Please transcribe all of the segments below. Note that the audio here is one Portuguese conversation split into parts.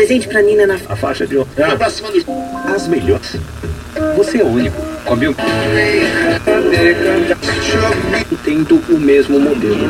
presente pra Nina na A faixa de pra cima dos... As melhores. Você é o único. Comeu? Tendo o mesmo modelo.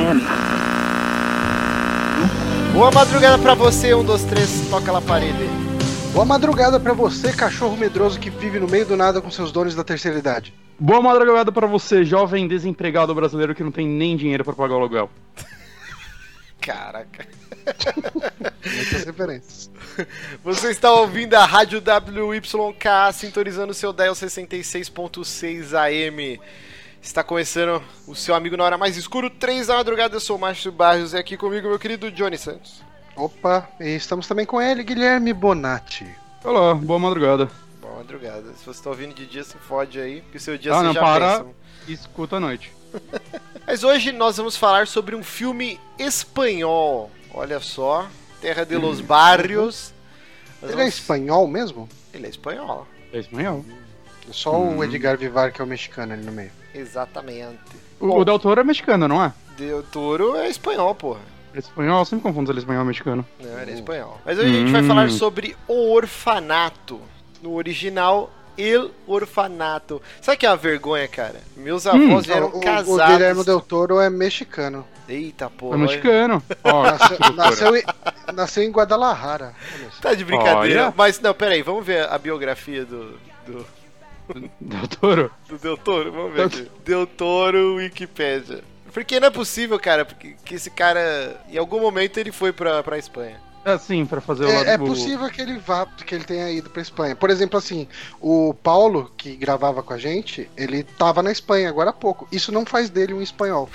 Boa madrugada pra você, 1, 2, 3, toca na parede. Boa madrugada pra você, cachorro medroso que vive no meio do nada com seus donos da terceira idade. Boa madrugada pra você, jovem desempregado brasileiro que não tem nem dinheiro pra pagar o aluguel. Caraca. Muitas referências. Você está ouvindo a Rádio WYK, sintonizando o seu dial 66.6 AM. Está começando o seu amigo na hora mais escuro, 3 da madrugada. Eu sou o Márcio Barros e aqui comigo meu querido Johnny Santos. Opa, e estamos também com ele, Guilherme Bonatti. Olá, boa madrugada. Boa madrugada. Se você está ouvindo de dia, se fode aí, que o seu dia não, seja para péssimo. Escuta à noite. Mas hoje nós vamos falar sobre um filme espanhol. Olha só, Terra de los Barrios. Ele é espanhol mesmo? Ele é espanhol. É espanhol. É só o Edgar Vivar que é o mexicano ali no meio. Exatamente. O Del Toro é mexicano, não é? Del Toro é espanhol, porra. É espanhol, eu sempre confundo ele espanhol e mexicano. Não, ele é espanhol. Mas hoje a gente vai falar sobre O Orfanato. No original, El Orfanato. Sabe que é uma vergonha, cara? Meus avós eram casados. O Guilherme Del Toro é mexicano. Eita, porra. É mexicano. Ó, Nasceu em Guadalajara. Tá de brincadeira. Olha. Mas não, peraí, vamos ver a biografia do Del Toro. do Del Toro. Vamos ver aqui. Del Toro, Wikipédia. Porque não é possível, cara, porque que esse cara, em algum momento ele foi pra Espanha. É sim, pra fazer o lado É possível que ele vá, que ele tenha ido pra Espanha. Por exemplo, assim, o Paulo, que gravava com a gente, ele tava na Espanha agora há pouco. Isso não faz dele um espanhol.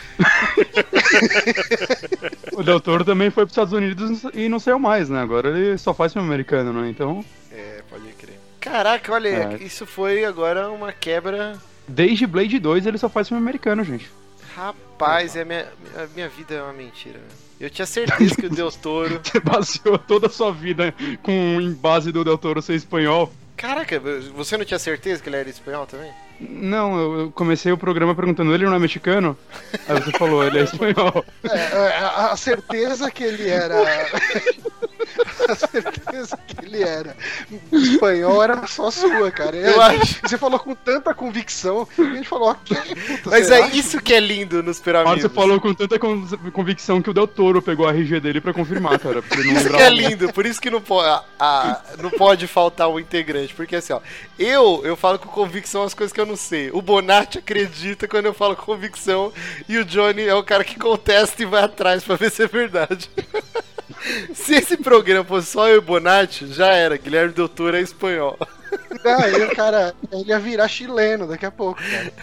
O Del Toro também foi pros Estados Unidos e não saiu mais, né? Agora ele só faz filme americano, né? Então... É, pode crer. Caraca, olha, isso foi agora uma quebra. Desde Blade 2 ele só faz filme americano, gente. Rapaz, a minha vida é uma mentira. Eu tinha certeza que o Del Toro... Você baseou toda a sua vida em base do Del Toro ser espanhol? Caraca, você não tinha certeza que ele era espanhol também? Não, eu comecei o programa perguntando, ele não é mexicano? Aí você falou, ele é espanhol. A certeza que ele era... A certeza que ele era espanhol era só sua, cara. Você falou com tanta convicção que a gente falou, ok, puta. Mas é isso que é lindo nos Pirâmides. Você falou com tanta convicção que o Del Toro pegou a RG dele pra confirmar, cara. Porque ele não isso que é lindo, por isso que não pode faltar o integrante. Porque assim, ó, eu falo com convicção as coisas que eu não sei. O Bonatti acredita quando eu falo com convicção e o Johnny é o cara que contesta e vai atrás pra ver se é verdade. Se esse programa fosse só eu e o Bonatti, já era. Guilherme Del Toro é espanhol. Não, cara, ele ia virar chileno daqui a pouco, cara.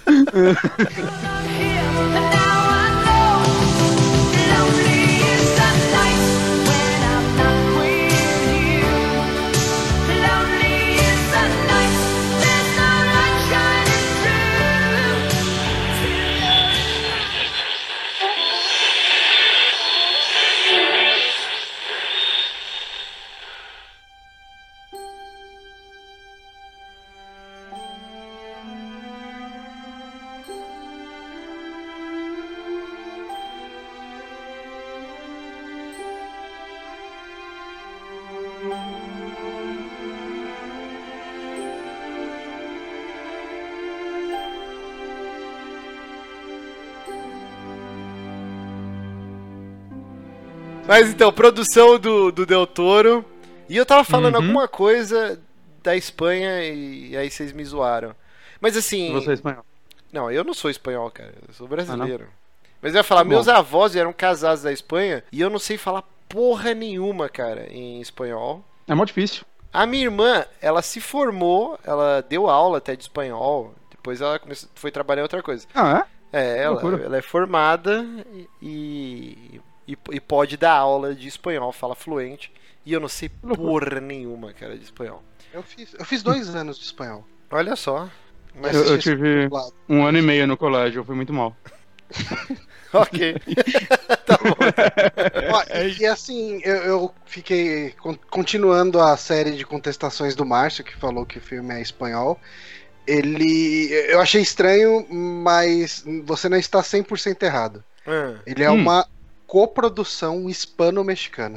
Mas então, produção do Del Toro. E eu tava falando alguma coisa da Espanha e aí vocês me zoaram. Mas assim... Você é espanhol? Não, eu não sou espanhol, cara. Eu sou brasileiro. Mas eu ia falar, meus avós eram casados da Espanha e eu não sei falar porra nenhuma, cara, em espanhol. É mó difícil. A minha irmã, ela se formou, ela deu aula até de espanhol. Depois ela foi trabalhar em outra coisa. Ah, é? É, ela é formada e pode dar aula de espanhol, fala fluente. E eu não sei porra nenhuma, cara, de espanhol. Eu fiz 2 anos de espanhol. Olha só. Mas Eu tive 1 ano e meio no colégio, eu fui muito mal. Ok. Tá bom. E assim, eu fiquei continuando a série de contestações do Márcio, que falou que o filme é espanhol. Eu achei estranho, mas você não está 100% errado. Ele é uma coprodução hispano-mexicana.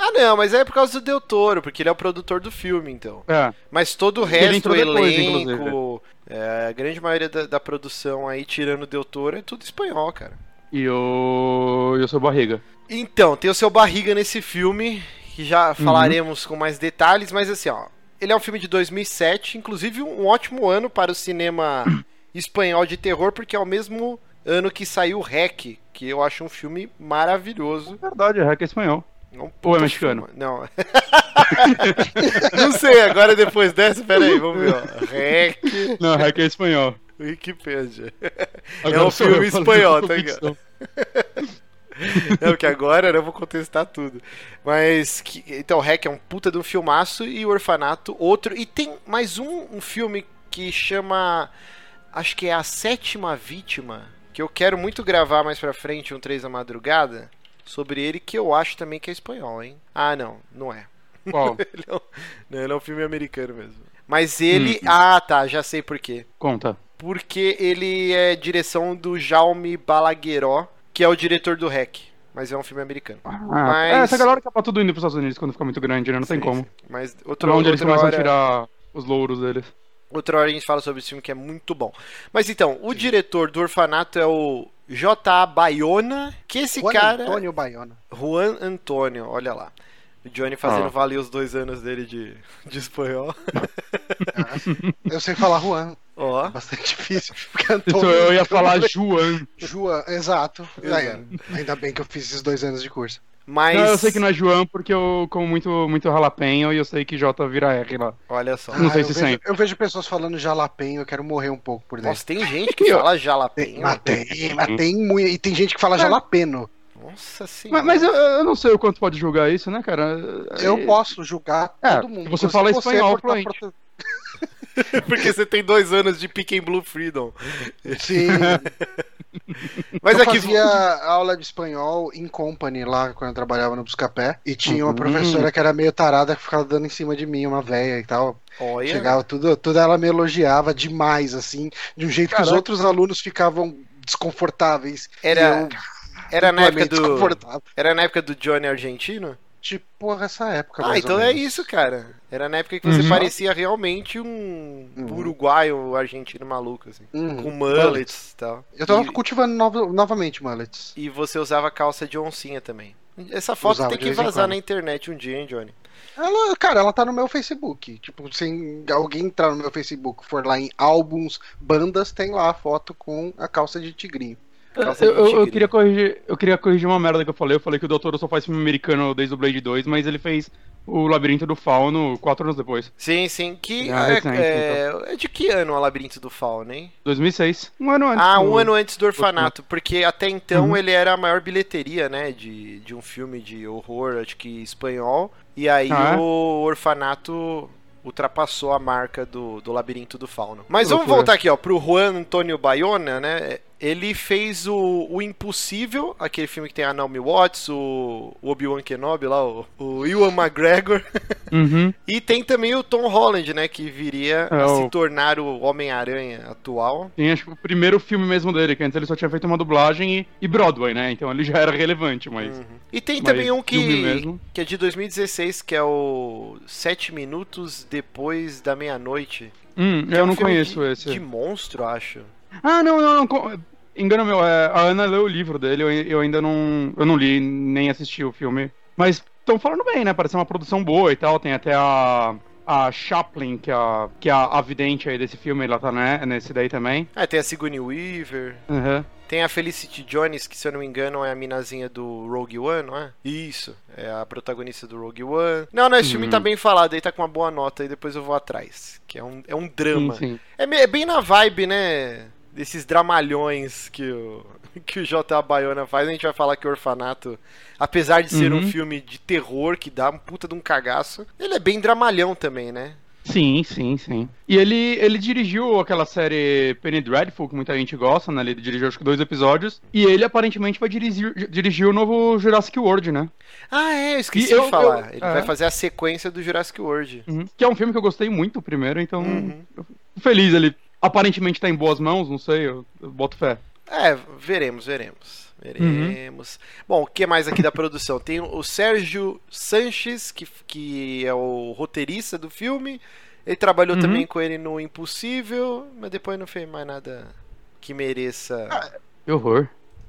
Ah, não, mas é por causa do Del Toro, porque ele é o produtor do filme, então. É. Mas todo o Ele resto, entrou o depois, elenco, a grande maioria da produção aí, tirando o Del Toro, é tudo espanhol, cara. E o seu Barriga. Então, tem o seu Barriga nesse filme, que já falaremos com mais detalhes, mas assim, ó, ele é um filme de 2007, inclusive um ótimo ano para o cinema espanhol de terror, porque é o mesmo ano que saiu REC, que eu acho um filme maravilhoso. Verdade, é espanhol. Ou é mexicano? Filme. Não. Não sei, agora depois dessa, peraí, vamos ver, ó. REC. Não, REC é espanhol. Wikipedia. Agora É um filme espanhol, tá ligado? Não, que agora eu vou contestar tudo. Mas, então, REC é um puta de um filmaço e o Orfanato, outro. E tem mais um filme que chama, acho que é A Sétima Vítima, que eu quero muito gravar mais pra frente, um 3 da madrugada, sobre ele, que eu acho também que é espanhol, hein? Ah, não é. Qual? Ele é um filme americano mesmo. Mas ele... Ah, tá, já sei por quê. Conta. Porque ele é direção do Jaume Balagueró, que é o diretor do REC. Mas é um filme americano. Mas... essa galera acaba tudo indo pros Estados Unidos quando fica muito grande, né? Não tem como. Sim. Mas onde eles começam a tirar os louros deles. Outra hora a gente fala sobre esse filme que é muito bom. Mas então, o diretor do Orfanato é o J.A. Bayona, que esse cara... Antônio Bayona. Juan Antônio, olha lá. O Johnny fazendo valer os 2 anos dele de espanhol. Eu sei falar Juan. Ó. É bastante difícil. Porque Antônio, Então eu ia falar João. Juan, exato. Ainda bem que eu fiz esses 2 anos de curso. Mas... Não, eu sei que não é João porque eu como muito jalapenho e eu sei que J vira R lá. Olha só. Não sei se sempre. Eu vejo pessoas falando jalapenho, eu quero morrer um pouco por dentro. Nossa, tem gente que fala jalapenho. Mas tem muito. E tem gente que fala jalapeno. Nossa senhora. Mas eu não sei o quanto pode julgar isso, né, cara? Eu posso julgar todo mundo. Você fala espanhol, Porque você tem 2 anos de Pick and Blue Freedom. Sim. Mas eu aqui fazia aula de espanhol em company lá, quando eu trabalhava no Buscapé. E tinha uma professora que era meio tarada, que ficava dando em cima de mim, uma véia e tal. Olha. Chegava tudo ela me elogiava demais, assim, de um jeito que os outros alunos ficavam desconfortáveis. Era na época do Johnny argentino? Tipo, essa época. Ah, então é isso, cara. Era na época que você parecia realmente um uruguaio, argentino maluco, assim. Com mullets e tal. Eu tava cultivando novamente mullets. E você usava calça de oncinha também. Essa foto tem que vazar na internet um dia, hein, Johnny? Ela tá no meu Facebook. Tipo, se alguém entrar no meu Facebook, for lá em álbuns, bandas, tem lá a foto com a calça de tigrinho. Eu queria corrigir uma merda que eu falei. Eu falei que o Doutor só faz filme americano desde o Blade 2, mas ele fez o Labirinto do Fauno 4 anos depois. Sim. Que recente, é de que ano o Labirinto do Fauno, hein? 2006. Um ano antes. Um ano antes do Orfanato. Porque até então ele era a maior bilheteria, né? De um filme de horror, acho que espanhol. E aí o Orfanato ultrapassou a marca do Labirinto do Fauno. Mas vamos voltar aqui, ó, pro Juan Antônio Bayona, né? Ele fez o Impossível, aquele filme que tem a Naomi Watts, o Obi-Wan Kenobi lá, o Ewan McGregor. E tem também o Tom Holland, né? Que viria a se tornar o Homem-Aranha atual. Sim, acho que o primeiro filme mesmo dele, que antes ele só tinha feito uma dublagem e Broadway, né? Então ele já era relevante, mas... E tem também um que é de 2016, que é o 7 Minutos Depois da Meia-Noite. Eu não conheço esse. De monstro, acho. Não. Engano meu, a Ana leu o livro dele, eu ainda não li, nem assisti o filme. Mas estão falando bem, né? Parece uma produção boa e tal. Tem até a Chaplin, que é a vidente aí desse filme, ela tá nesse daí também. Tem a Sigourney Weaver. Tem a Felicity Jones, que se eu não me engano é a minazinha do Rogue One, não é? Isso, é a protagonista do Rogue One. Não, esse filme tá bem falado, aí tá com uma boa nota, aí depois eu vou atrás. Que é um drama. Sim. É bem na vibe, né? Desses dramalhões que o J.A. Bayona faz. A gente vai falar que o Orfanato, apesar de ser um filme de terror que dá um puta de um cagaço, ele é bem dramalhão também, né? Sim. E ele dirigiu aquela série Penny Dreadful, que muita gente gosta, né? Ele dirigiu acho que 2 episódios. E ele aparentemente vai dirigir o novo Jurassic World, né? Eu esqueci de falar. Ele vai fazer a sequência do Jurassic World. Que é um filme que eu gostei muito primeiro, então... Eu fico feliz, ele aparentemente tá em boas mãos, não sei, eu boto fé. Veremos. Bom, o que mais aqui da produção? Tem o Sérgio Sanches, que é o roteirista do filme. Ele trabalhou também com ele no Impossível, mas depois não fez mais nada que mereça... Que horror.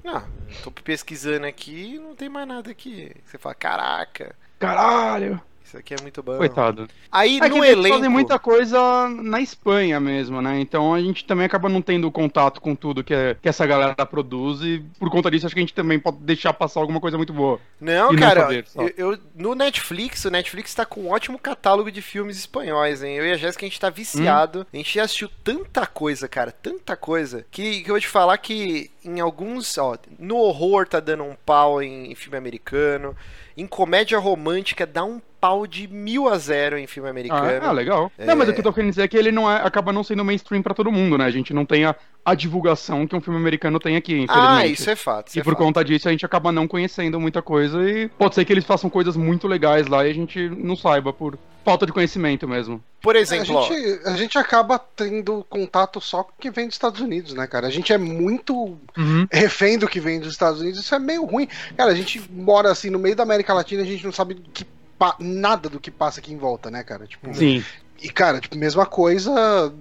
Tô pesquisando aqui e não tem mais nada aqui. Você fala, caraca. Caralho. Isso aqui é muito bom. Coitado. Aí no elenco... Eles fazem muita coisa na Espanha mesmo, né? Então a gente também acaba não tendo contato com tudo que essa galera produz e por conta disso acho que a gente também pode deixar passar alguma coisa muito boa. Não, cara, no Netflix, o Netflix tá com um ótimo catálogo de filmes espanhóis, hein? Eu e a Jéssica, a gente tá viciado. A gente já assistiu tanta coisa, cara, tanta coisa, que eu vou te falar que em alguns, no horror tá dando um pau em filme americano. Em comédia romântica dá um pau de 1000-0 em filme americano. Legal. Não, mas o que eu tô querendo dizer é que ele acaba não sendo mainstream pra todo mundo, né? A gente não tem a divulgação que um filme americano tem aqui, infelizmente. Isso é fato. E por conta disso a gente acaba não conhecendo muita coisa e pode ser que eles façam coisas muito legais lá e a gente não saiba por falta de conhecimento mesmo. Por exemplo, a gente acaba tendo contato só com o que vem dos Estados Unidos, né, cara? A gente é muito refém do que vem dos Estados Unidos, isso é meio ruim. Cara, a gente mora assim no meio da América Latina, a gente não sabe nada do que passa aqui em volta, né, cara? Tipo, sim. E, cara, tipo, mesma coisa,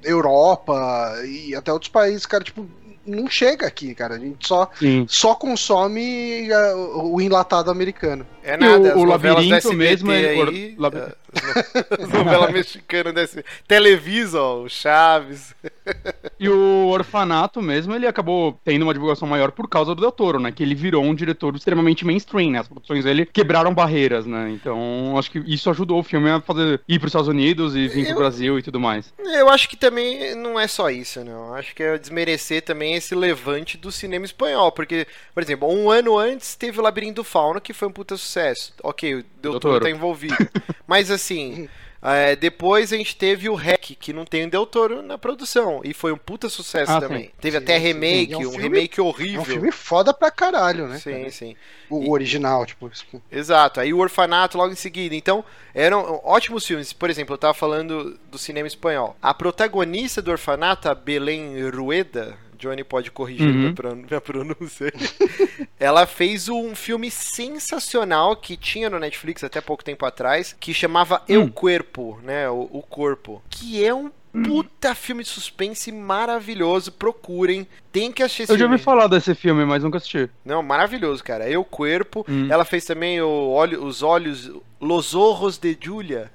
Europa e até outros países, cara, tipo, não chega aqui, cara. A gente só consome o enlatado americano. É nada, o Labirinto mesmo aí, novela mexicana desse Televisa, o Chaves. E o Orfanato mesmo, ele acabou tendo uma divulgação maior por causa do Del Toro, né? Que ele virou um diretor extremamente mainstream, né? As produções dele quebraram barreiras, né? Então, acho que isso ajudou o filme a ir para os Estados Unidos e vir pro Brasil e tudo mais. Eu acho que também não é só isso, não. Acho que é desmerecer também esse levante do cinema espanhol, porque, por exemplo, um ano antes teve o Labirinto do Fauno, que foi um puta sucesso. Ok, o Del Toro tá envolvido. Mas assim, depois a gente teve o REC, que não tem o Del Toro na produção, e foi um puta sucesso também. Sim. Teve até remake, remake horrível. É um filme foda pra caralho, né? Sim, sim. O original, tipo... Exato, aí o Orfanato logo em seguida. Então, eram ótimos filmes. Por exemplo, eu tava falando do cinema espanhol. A protagonista do Orfanato, a Belén Rueda... Johnny pode corrigir minha pronúncia. Ela fez um filme sensacional que tinha no Netflix até pouco tempo atrás, que chamava El Cuerpo, né? O Corpo. Que é um puta filme de suspense maravilhoso. Procurem. Tem que assistir esse filme. Eu já ouvi falar desse filme, mas nunca assisti. Não, maravilhoso, cara. El Cuerpo. Ela fez também os olhos... Los Ojos de Julia.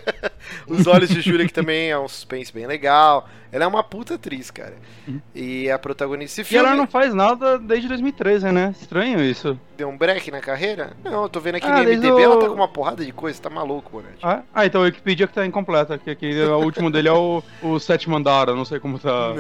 Os Olhos de Julia, que também é um suspense bem legal. Ela é uma puta atriz, cara. E a protagonista desse filme... E ela não faz nada desde 2013, né? Estranho isso. Deu um break na carreira? Não, eu tô vendo aqui no IMDb, ela tá com uma porrada de coisa, tá maluco, Bonatti. Então a Wikipedia que tá incompleta, que aqui o último dele é o Sétimo Andar, eu não sei como tá...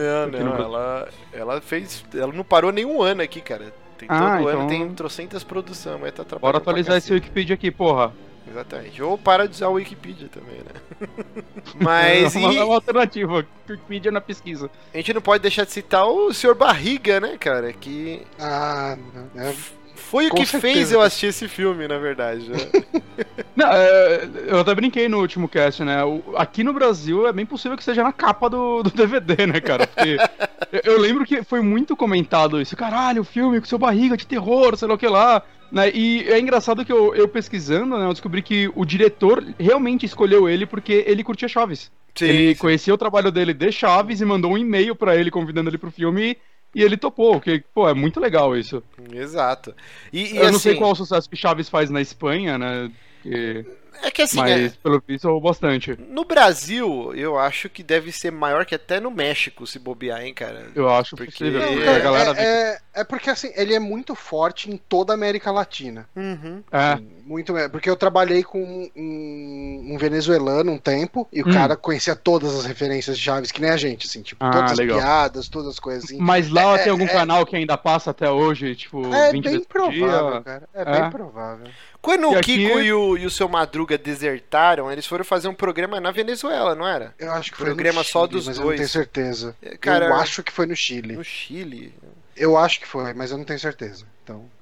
Ela não parou nenhum ano aqui, cara. Todo ano tem trocentas produções, mas tá trabalhando. Bora atualizar esse Wikipedia aqui, porra. Exatamente. Ou para de usar o Wikipedia também, né? Mas é uma alternativa. Wikipedia na pesquisa. A gente não pode deixar de citar o Sr. Barriga, né, cara? Que... Foi o que fez eu assistir esse filme, na verdade. Não, eu até brinquei no último cast, né? Aqui no Brasil é bem possível que seja na capa do DVD, né, cara? Porque eu lembro que foi muito comentado isso. Caralho, o filme com seu barriga de terror, sei lá o que lá. Né? E é engraçado que eu pesquisando, né, eu descobri que o diretor realmente escolheu ele porque ele curtia Chaves. Sim, ele conhecia o trabalho dele de Chaves e mandou um e-mail pra ele convidando ele pro filme e ele topou, porque, é muito legal isso. Exato. E eu não sei qual o sucesso que Chaves faz na Espanha, né? É que assim, mas pelo visto bastante. No Brasil, eu acho que deve ser maior que até no México, se bobear, hein, cara? Eu acho possível. A galera é porque assim, ele é muito forte em toda a América Latina. Muito, porque eu trabalhei com um venezuelano um tempo, e o cara conhecia todas as referências de Chaves, que nem a gente, assim, tipo, todas as piadas, todas as coisas assim. Mas lá tem algum canal que ainda passa até hoje, tipo, 20 vezes por dia? É bem provável, cara. É bem provável. Quando o Kiko e o seu Madruga desertaram, eles foram fazer um programa na Venezuela, não era? Eu acho que foi programa no Chile, só dos mas dois. Eu não tenho certeza. Cara, eu acho que foi no Chile. No Chile? Eu acho que foi, mas eu não tenho certeza. Então...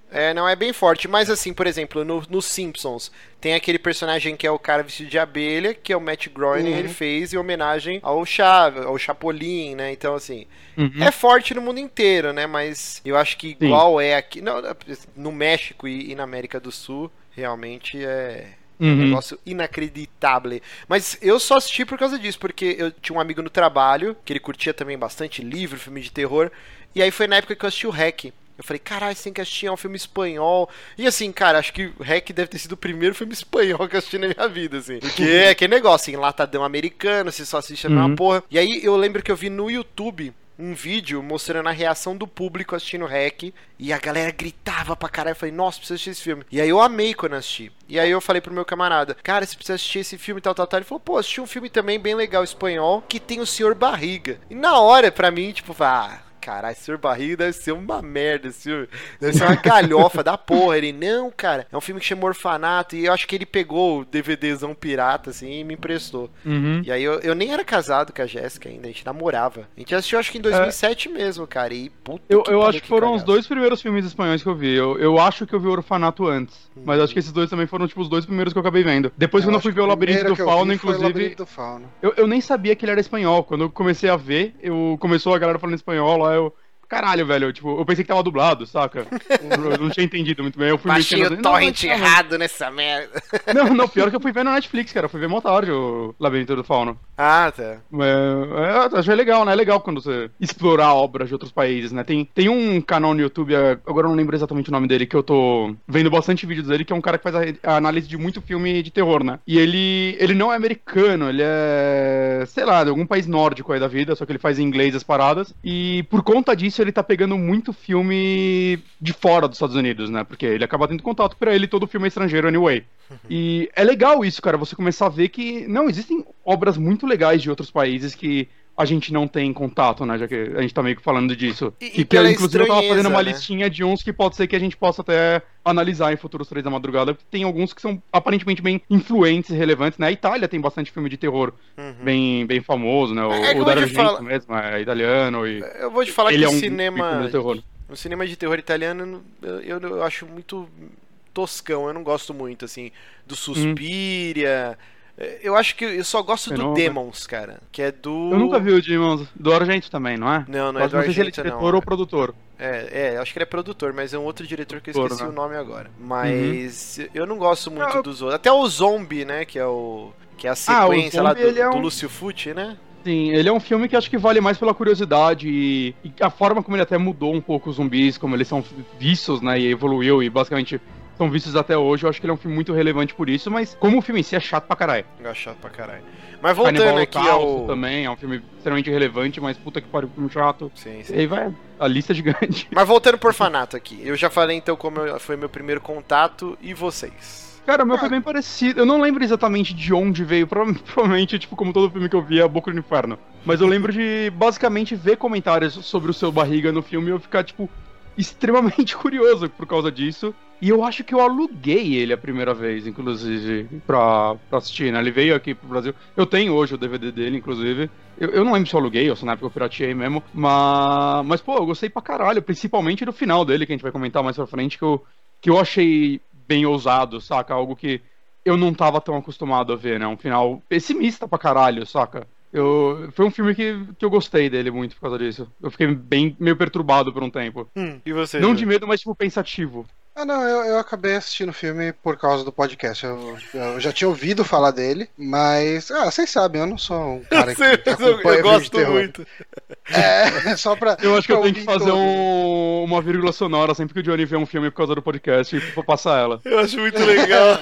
Não é bem forte, mas assim, por exemplo, no Simpsons, tem aquele personagem que é o cara vestido de abelha, que é o Matt Groening, ele fez em homenagem ao Chapolin, né? Então, assim, é forte no mundo inteiro, né? Mas eu acho que igual é aqui, no México e na América do Sul, realmente é um negócio inacreditável. Mas eu só assisti por causa disso, porque eu tinha um amigo no trabalho, que ele curtia também bastante livro, filme de terror, e aí foi na época que eu assisti o REC. Eu falei, caralho, você tem que assistir, é um filme espanhol. E assim, cara, acho que o REC deve ter sido o primeiro filme espanhol que eu assisti na minha vida, assim. Porque é aquele negócio, assim, latadão americano, você só assiste a mesma porra. E aí eu lembro que eu vi no YouTube um vídeo mostrando a reação do público assistindo o REC. E a galera gritava pra caralho. Eu falei, nossa, preciso assistir esse filme. E aí eu amei quando assisti. E aí eu falei pro meu camarada, cara, você precisa assistir esse filme, tal. Ele falou, pô, assisti um filme também bem legal espanhol, que tem o Senhor Barriga. E na hora, pra mim, tipo, caralho, Senhor Barriga deve ser uma merda esse filme. Deve ser uma galhofa da porra. Ele, não, cara, é um filme que chama Orfanato. E eu acho que ele pegou o DVDzão pirata, assim, e me emprestou. E aí eu nem era casado com a Jéssica ainda, a gente namorava. A gente assistiu acho que em 2007 mesmo, cara. E puta eu acho que foram os dois primeiros filmes espanhóis que eu vi. Eu acho que eu vi o Orfanato antes. Mas acho que esses dois também foram, tipo, os dois primeiros que eu acabei vendo. Depois, quando eu fui ver o Labirinto do Fauno, inclusive. Eu nem sabia que ele era espanhol. Quando eu comecei a ver, começou a galera falando espanhol lá, caralho, velho, tipo, eu pensei que tava dublado, saca? Eu não tinha entendido muito bem. Eu fui baixei o torrent errado nessa merda. Não, pior que eu fui ver na Netflix, cara. Eu fui ver mó tarde o Labirinto do Fauno. Ah, tá. Eu achei legal, né? É legal quando você explorar obras de outros países, né? Tem um canal no YouTube, agora eu não lembro exatamente o nome dele, que eu tô vendo bastante vídeos dele, que é um cara que faz a análise de muito filme de terror, né? E ele não é americano, ele é, sei lá, de algum país nórdico aí da vida, só que ele faz em inglês as paradas. E por conta disso, ele tá pegando muito filme de fora dos Estados Unidos, né? Porque ele acaba tendo contato pra ele, todo filme é estrangeiro anyway. E é legal isso, cara, você começar a ver que, não, existem obras muito legais de outros países que a gente não tem contato, né? Já que a gente tá meio que falando disso. E pela inclusive, eu tava fazendo uma né? listinha de uns que pode ser que a gente possa até analisar em futuros 3 da madrugada, porque tem alguns que são aparentemente bem influentes e relevantes, né? A Itália tem bastante filme de terror bem famoso, né? O da Argento mesmo, é italiano. E eu vou te falar que ele o o cinema de terror italiano eu acho muito toscão, eu não gosto muito, assim, do Suspiria. Eu acho que eu só gosto do Demons, cara, que é do... Eu nunca vi o Demons, do Argento também, não é? Não é do Argento, não. Não sei se ele é diretor ou produtor. Acho que ele é produtor, mas é um outro diretor que eu esqueci o nome agora. Mas eu não gosto muito dos outros. Até o Zombie, né, que é a sequência lá do Lúcio Fucci, né? Sim, ele é um filme que acho que vale mais pela curiosidade e a forma como ele até mudou um pouco os zumbis, como eles são vistos, né, e evoluiu e basicamente são vistos até hoje. Eu acho que ele é um filme muito relevante por isso, mas como o filme em si é chato pra caralho. É chato pra caralho. Mas voltando aqui ao... também é um filme extremamente relevante, mas puta que pariu, filme chato. Sim. E aí vai, a lista é gigante. Mas voltando pro Orfanato aqui, eu já falei então como foi meu primeiro contato, e vocês? Cara, o meu foi bem parecido. Eu não lembro exatamente de onde veio. Provavelmente, tipo, como todo filme que eu vi, é A Boca do Inferno. Mas eu lembro de, basicamente, ver comentários sobre o Seu Barriga no filme e eu ficar, tipo, extremamente curioso por causa disso. E eu acho que eu aluguei ele a primeira vez, inclusive, pra assistir, né? Ele veio aqui pro Brasil. Eu tenho hoje o DVD dele, inclusive. Eu não lembro se eu aluguei ou se na época eu pirateei mesmo. Mas pô, eu gostei pra caralho. Principalmente do final dele, que a gente vai comentar mais pra frente, que eu achei bem ousado, saca? Algo que eu não tava tão acostumado a ver, né? Um final pessimista pra caralho, saca? Foi um filme que eu gostei dele muito por causa disso. Eu fiquei meio perturbado por um tempo. E você? Não de medo, mas tipo pensativo. Não, eu acabei assistindo o filme por causa do podcast. Eu já tinha ouvido falar dele, mas... vocês sabem, eu não sou um cara que acompanha eu gosto muito. Só pra... Eu acho que eu tenho que fazer uma vírgula sonora sempre que o Johnny vê um filme por causa do podcast e vou passar ela. Eu acho muito legal.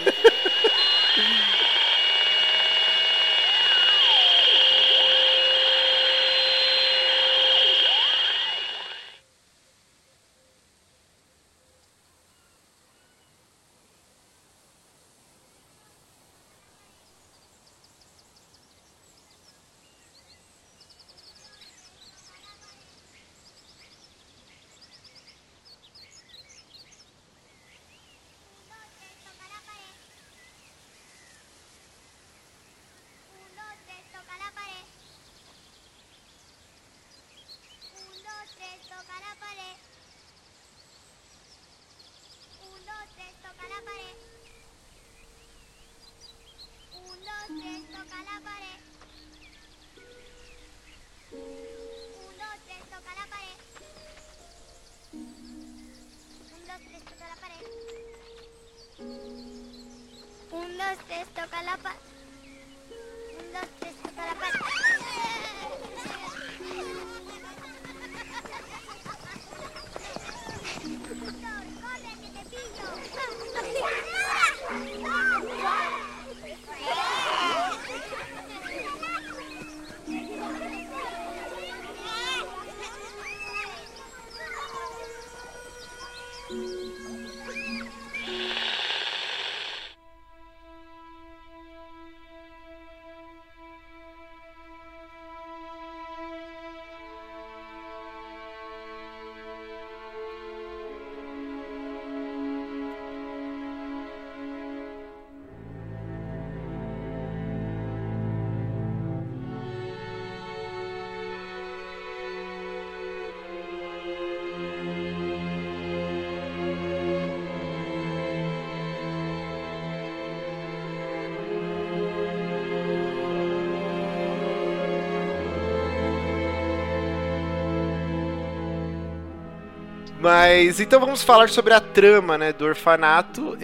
Mas então vamos falar sobre a trama, né, do orfanato.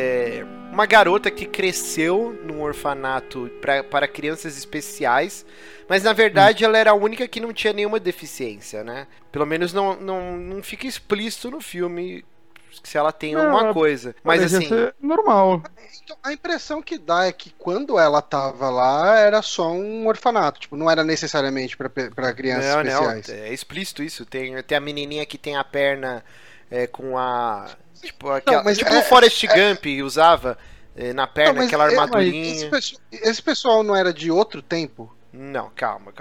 Uma garota que cresceu num orfanato para crianças especiais, mas na verdade ela era a única que não tinha nenhuma deficiência, né? Pelo menos não fica explícito no filme se ela tem alguma coisa. Mas assim, normal. Então, a impressão que dá é que quando ela tava lá era só um orfanato, tipo, não era necessariamente pra crianças especiais. Não, é explícito isso. Tem a menininha que tem a perna com a... Tipo, o Forrest Gump usava na perna, aquela armadurinha. Esse pessoal não era de outro tempo? Não, calma.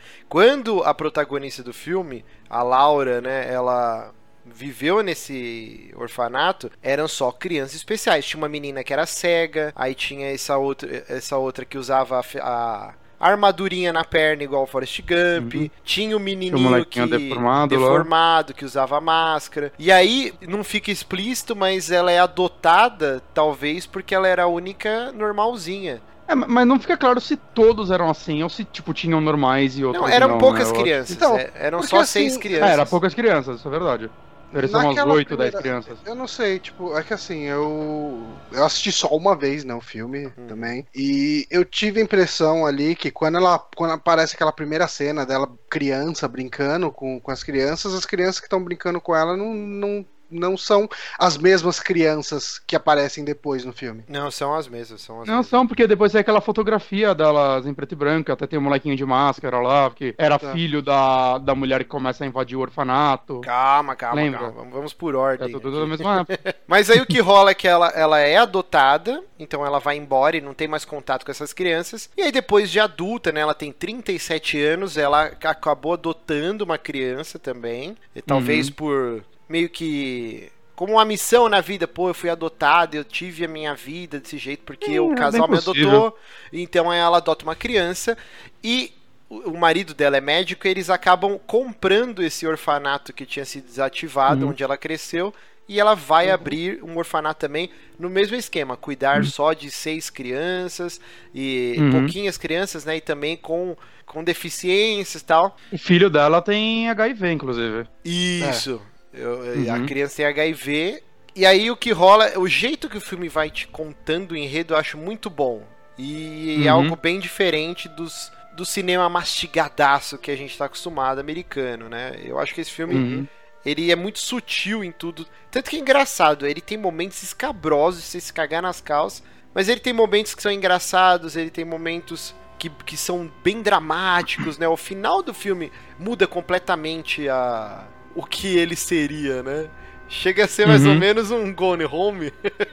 Quando a protagonista do filme, a Laura, né, ela viveu nesse orfanato, eram só crianças especiais. Tinha uma menina que era cega, aí tinha essa outra que usava a armadurinha na perna igual o Forrest Gump, tinha o menininho que deformado que usava máscara. E aí não fica explícito, mas ela é adotada, talvez porque ela era a única normalzinha. Mas não fica claro se todos eram assim, ou se, tipo, tinham normais e outros não. Eram poucas crianças, então, eram só assim, 6 crianças. Eram poucas crianças, isso é verdade. São umas 8, 10 crianças. Eu não sei, tipo, é que assim, eu assisti só uma vez, né, o filme também, e eu tive a impressão ali que quando aparece aquela primeira cena dela criança brincando com as crianças que estão brincando com ela não são as mesmas crianças que aparecem depois no filme. Não, são as mesmas. São, porque depois tem aquela fotografia delas em preto e branco, até tem um molequinho de máscara lá, que era filho da mulher que começa a invadir o orfanato. Calma. Vamos por ordem. Tudo da mesma época. Mas aí o que rola é que ela é adotada, então ela vai embora e não tem mais contato com essas crianças. E aí depois de adulta, né, ela tem 37 anos, ela acabou adotando uma criança também, e talvez por... meio que como uma missão na vida, eu fui adotado, eu tive a minha vida desse jeito porque o casal me adotou, então ela adota uma criança e o marido dela é médico e eles acabam comprando esse orfanato que tinha sido desativado, onde ela cresceu, e ela vai abrir um orfanato também no mesmo esquema, cuidar só de 6 crianças e pouquinhas crianças, né, e também com deficiências e tal. O filho dela tem HIV, inclusive. Isso. A criança tem HIV. E aí o que rola, o jeito que o filme vai te contando o enredo eu acho muito bom. E é algo bem diferente do cinema mastigadaço que a gente tá acostumado, americano, né? Eu acho que esse filme ele é muito sutil em tudo. Tanto que é engraçado, ele tem momentos escabrosos de você se cagar nas calças, mas ele tem momentos que são engraçados, ele tem momentos que são bem dramáticos, né? O final do filme muda completamente o que ele seria, né? Chega a ser mais ou menos um Gone Home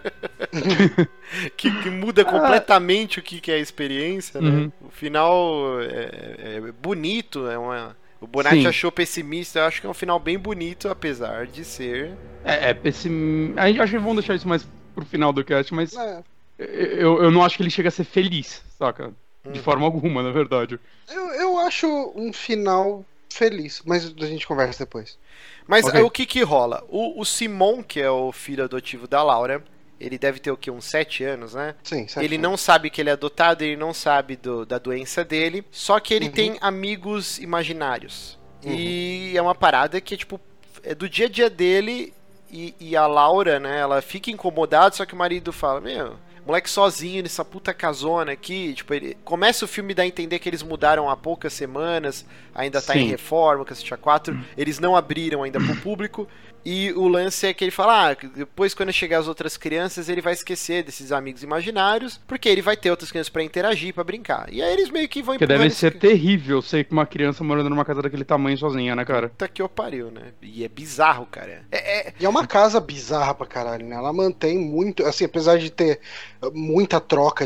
que muda completamente o que é a experiência, né? O final é bonito, o Bonatti achou pessimista, eu acho que é um final bem bonito, apesar de ser... pessimista. A gente acha que vamos deixar isso mais pro final do cast, mas eu não acho que ele chega a ser feliz, saca? De forma alguma, na verdade. Eu acho um final feliz, mas a gente conversa depois. Mas o que rola? O Simon, que é o filho adotivo da Laura, ele deve ter o quê? Uns 7 anos, né? Sim, 7 Ele anos. não sabe que ele é adotado, ele não sabe da doença dele, só que ele tem amigos imaginários. E é uma parada que, tipo, é do dia a dia dele, e a Laura, né, ela fica incomodada, só que o marido fala, meu... Moleque sozinho nessa puta casona aqui, tipo, ele começa o filme a dar a entender que eles mudaram há poucas semanas, ainda tá em reforma, cacete A4, eles não abriram ainda pro público, e o lance é que ele fala, depois quando chegar as outras crianças, ele vai esquecer desses amigos imaginários, porque ele vai ter outras crianças pra interagir, pra brincar. E aí eles meio que vão Que deve ser terrível ser uma criança morando numa casa daquele tamanho sozinha, né, cara? Puta que eu pariu, né? E é bizarro, cara. E é uma casa bizarra pra caralho, né? Ela mantém muito, assim, apesar de ter muita troca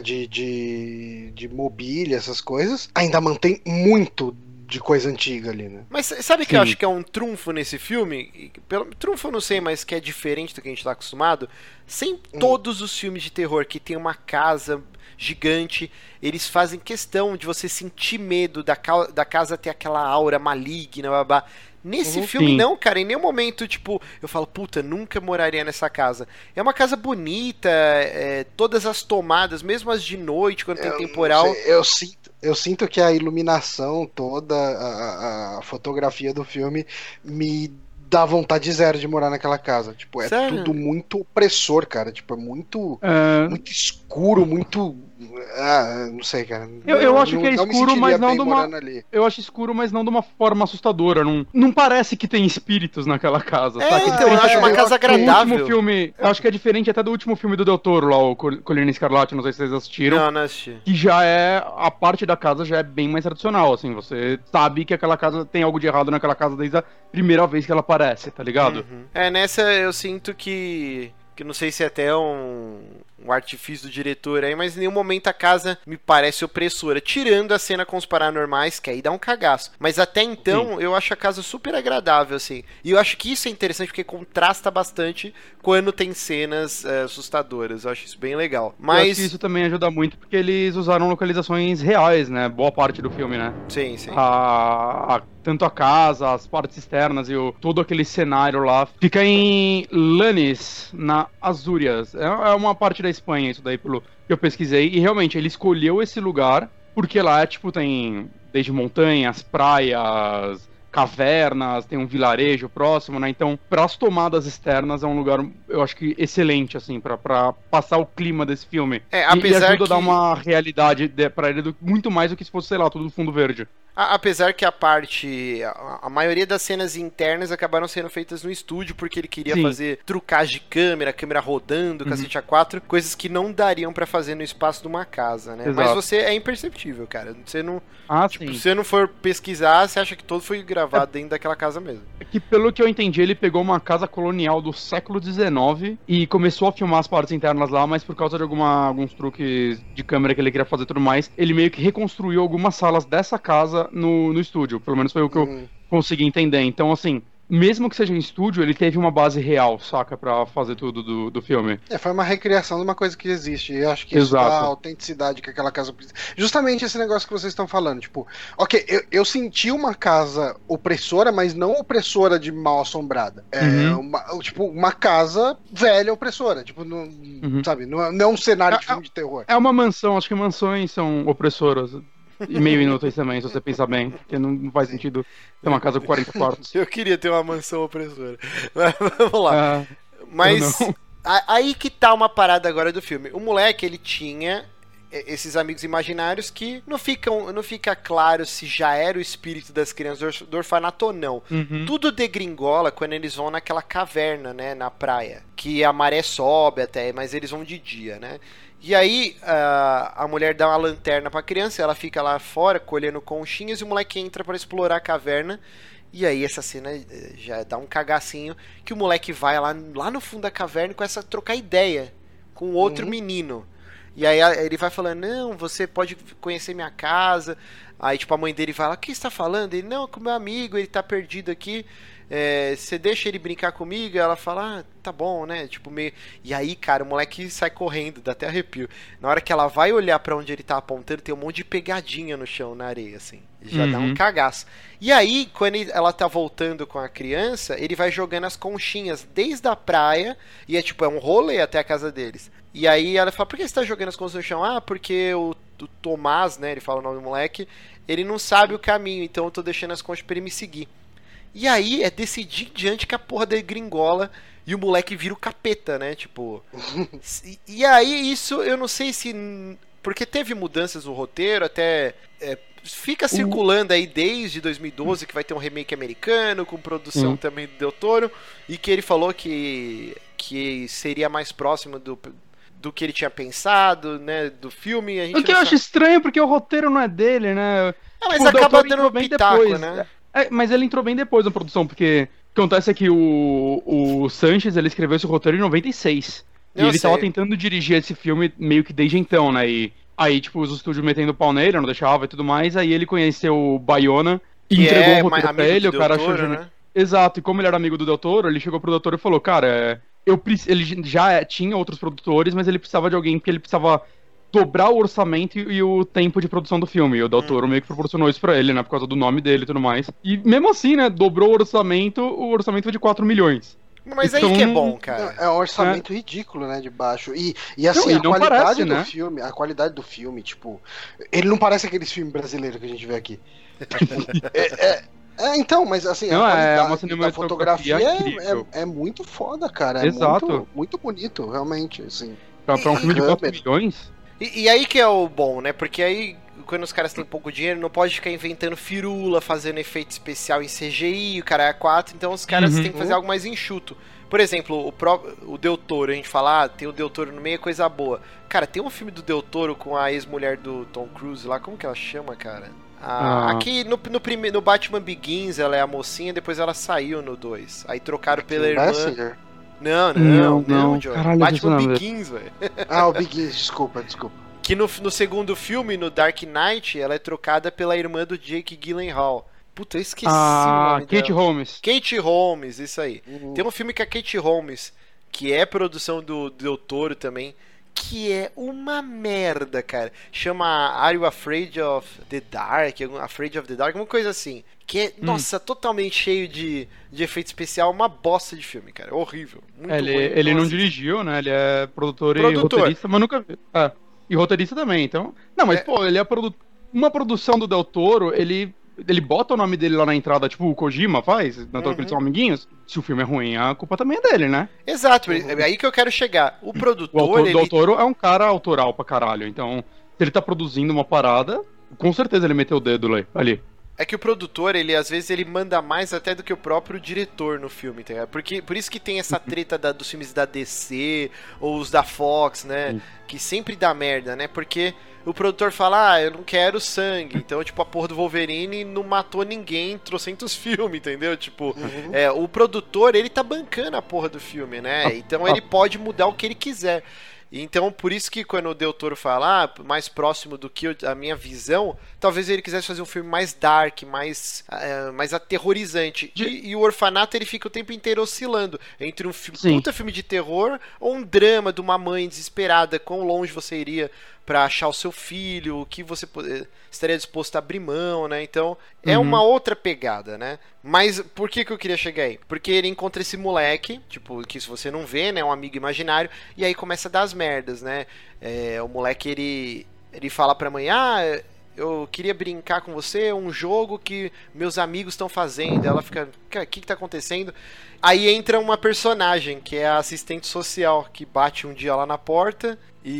de mobília, essas coisas, ainda mantém muito de coisa antiga ali, né? Mas sabe que eu acho que é um trunfo nesse filme? Trunfo eu não sei, mas que é diferente do que a gente tá acostumado. Sem todos os filmes de terror que tem uma casa gigante, eles fazem questão de você sentir medo da casa ter aquela aura maligna, babá. Nesse filme não, cara, em nenhum momento, tipo, eu falo, puta, nunca moraria nessa casa. É uma casa bonita, todas as tomadas, mesmo as de noite, quando tem temporal. Eu sinto que a iluminação toda, a fotografia do filme me dá vontade zero de morar naquela casa. Tipo, é Sério? tudo muito opressor, cara. Tipo, é muito escuro, muito... não sei, cara. Eu acho que é escuro, mas não de uma... Ali. Eu acho escuro, mas não de uma forma assustadora. Não parece que tem espíritos naquela casa, sabe? Então, eu acho uma casa agradável. Último filme, eu acho que é diferente até do último filme do Del Toro, lá, o Colina Escarlate, não sei se vocês assistiram. Não assisti. Que já é... A parte da casa já é bem mais tradicional, assim. Você sabe que aquela casa tem algo de errado naquela casa desde a primeira vez que ela aparece, tá ligado? Nessa eu sinto que não sei se é até um artifício do diretor aí, mas em nenhum momento a casa me parece opressora, tirando a cena com os paranormais, que aí dá um cagaço. Mas até então, eu acho a casa super agradável, assim. E eu acho que isso é interessante, porque contrasta bastante quando tem cenas assustadoras. Eu acho isso bem legal. Mas... Eu acho que isso também ajuda muito, porque eles usaram localizações reais, né? Boa parte do filme, né? Sim. Tanto a casa, as partes externas e todo aquele cenário lá. Fica em Lannis, na Azúrias. É uma parte da Espanha, isso daí, pelo que eu pesquisei. E realmente, ele escolheu esse lugar porque lá, tipo, tem desde montanhas, praias, cavernas, tem um vilarejo próximo, né? Então, para as tomadas externas é um lugar, eu acho que excelente, assim, para passar o clima desse filme. Apesar e ajuda a dar uma realidade para ele muito mais do que se fosse, sei lá, tudo fundo verde. Apesar que a maioria das cenas internas acabaram sendo feitas no estúdio, porque ele queria fazer trucagem de câmera rodando, cacete A4, coisas que não dariam pra fazer no espaço de uma casa, né? Exato. Mas é imperceptível, cara. Você não... sim. Se você não for pesquisar, você acha que todo foi gravado dentro daquela casa mesmo. É que, pelo que eu entendi, ele pegou uma casa colonial do século XIX e começou a filmar as partes internas lá, mas por causa de alguns truques de câmera que ele queria fazer e tudo mais, ele meio que reconstruiu algumas salas dessa casa no estúdio. Pelo menos foi o que eu consegui entender. Então, assim, mesmo que seja em estúdio, ele teve uma base real, saca? Pra fazer tudo do filme. Foi uma recriação de uma coisa que existe. E eu acho que isso dá a autenticidade que aquela casa precisa. Justamente esse negócio que vocês estão falando. Tipo, ok, eu senti uma casa opressora, mas não opressora de mal assombrada. Uma casa velha opressora. Tipo, sabe? Não é um cenário de filme de terror. É uma mansão, acho que mansões são opressoras. E meio inúteis também, se você pensar bem. Porque não faz sentido ter uma casa com 40 quartos. Eu queria ter uma mansão opressora. Vamos lá. Mas aí que tá uma parada agora do filme. O moleque, ele tinha esses amigos imaginários que não fica claro se já era o espírito das crianças do orfanato ou não. Tudo degringola quando eles vão naquela caverna, né, na praia. Que a maré sobe até, mas eles vão de dia, né? E aí, a mulher dá uma lanterna pra criança, ela fica lá fora, colhendo conchinhas, e o moleque entra pra explorar a caverna. E aí, essa cena já dá um cagacinho, que o moleque vai lá no fundo da caverna e começa a trocar ideia com outro menino. E aí ele vai falando, não, você pode conhecer minha casa. Aí, tipo, a mãe dele vai lá, o que você tá falando? Ele, não, com meu amigo, ele tá perdido aqui. Você deixa ele brincar comigo? E ela fala, tá bom, né? Tipo, meio... E aí, cara, o moleque sai correndo, dá até arrepio. Na hora que ela vai olhar pra onde ele tá apontando, tem um monte de pegadinha no chão, na areia, assim. Já dá um cagaço. E aí, quando ela tá voltando com a criança, ele vai jogando as conchinhas desde a praia, e é um rolê até a casa deles. E aí ela fala, por que você tá jogando as conchinhas no chão? Ah, porque o Tomás, né, ele fala o nome do moleque, ele não sabe o caminho, então eu tô deixando as conchas pra ele me seguir. E aí é decidir diante que a porra da gringola e o moleque vira o capeta, né? Tipo. E aí isso eu não sei se. Porque teve mudanças no roteiro, até. Fica circulando aí desde 2012 que vai ter um remake americano, com produção também do Del Toro, e que ele falou que seria mais próximo do que ele tinha pensado, né? Do filme. A gente o que eu acho estranho, porque o roteiro não é dele, né? Mas acaba dando pitaco, depois, né? Mas ele entrou bem depois na produção, porque o que acontece é que o Sanches, ele escreveu esse roteiro em 96. E ele tava tentando dirigir esse filme meio que desde então, né? E aí, tipo, os estúdios metendo pau nele, não deixava e tudo mais, aí ele conheceu o Bayona e entregou o roteiro pra ele, o cara achou... Né? Exato, e como ele era amigo do Del Toro, ele chegou pro Del Toro e falou, cara, ele já tinha outros produtores, mas ele precisava de alguém, porque ele precisava dobrar o orçamento e o tempo de produção do filme. E o Del Toro meio que proporcionou isso pra ele, né? Por causa do nome dele e tudo mais. E mesmo assim, né? Dobrou o orçamento foi de 4 milhões. Mas então, aí que é bom, cara. É um orçamento ridículo, né? De baixo. E assim, não, a qualidade parece, do né? filme, a qualidade do filme, tipo... Ele não parece aqueles filmes brasileiros que a gente vê aqui. Então, mas assim, não, a qualidade da fotografia é muito foda, cara. Exato. É muito, muito bonito, realmente, assim. Pra um filme de 4 milhões... E aí que é o bom, né? Porque aí, quando os caras têm pouco dinheiro, não pode ficar inventando firula, fazendo efeito especial em CGI, o cara é 4, então os caras têm que fazer algo mais enxuto. Por exemplo, o Del Toro, a gente fala, tem o Del Toro no meio, é coisa boa. Cara, tem um filme do Del Toro com a ex-mulher do Tom Cruise lá, como que ela chama, cara? Aqui no Batman Begins ela é a mocinha, depois ela saiu no 2. Aí trocaram pela irmã. Não, John. Caralho, Batman Begins, velho. O Begins, desculpa. Que no segundo filme, no Dark Knight, ela é trocada pela irmã do Jake Gyllenhaal. Puta, eu esqueci o nome Kate dela. Holmes. Kate Holmes, isso aí. Tem um filme com a Kate Holmes, que é produção do Del Toro também, que é uma merda, cara. Chama Are You Afraid of the Dark? Afraid of the Dark, uma coisa assim. Que é, nossa, totalmente cheio de efeito especial, uma bosta de filme, cara. Horrível. Muito ruim. Ele não dirigiu, né? Ele é produtor e roteirista, mas nunca vi. E roteirista também, então... Não, mas, pô, ele é uma produção do Del Toro, ele bota o nome dele lá na entrada, tipo o Kojima faz, na toa que eles são amiguinhos. Se o filme é ruim, a culpa também é dele, né? Exato, é aí que eu quero chegar. O produtor, o Del Toro é um cara autoral pra caralho, então se ele tá produzindo uma parada, com certeza ele meteu o dedo ali. É que o produtor, às vezes ele manda mais até do que o próprio diretor no filme, tá ligado? Por isso que tem essa treta dos filmes da DC ou os da Fox, né? Que sempre dá merda, né? Porque o produtor fala, eu não quero sangue. Então, tipo, a porra do Wolverine não matou ninguém em trocentos filmes, entendeu? Tipo, o produtor, ele tá bancando a porra do filme, né? Então ele pode mudar o que ele quiser. Então, por isso que quando o Del Toro fala mais próximo do que a minha visão, talvez ele quisesse fazer um filme mais dark, mais aterrorizante. E o Orfanato, ele fica o tempo inteiro oscilando entre um puta filme de terror ou um drama de uma mãe desesperada, quão longe você iria pra achar o seu filho, o que você estaria disposto a abrir mão, né? Então, é uma outra pegada, né? Mas por que eu queria chegar aí? Porque ele encontra esse moleque, tipo, que se você não vê, né? É um amigo imaginário, e aí começa a dar as merdas, né? O moleque, ele fala pra mãe, eu queria brincar com você, um jogo que meus amigos estão fazendo. Ela fica, o que tá acontecendo? Aí entra uma personagem, que é a assistente social, que bate um dia lá na porta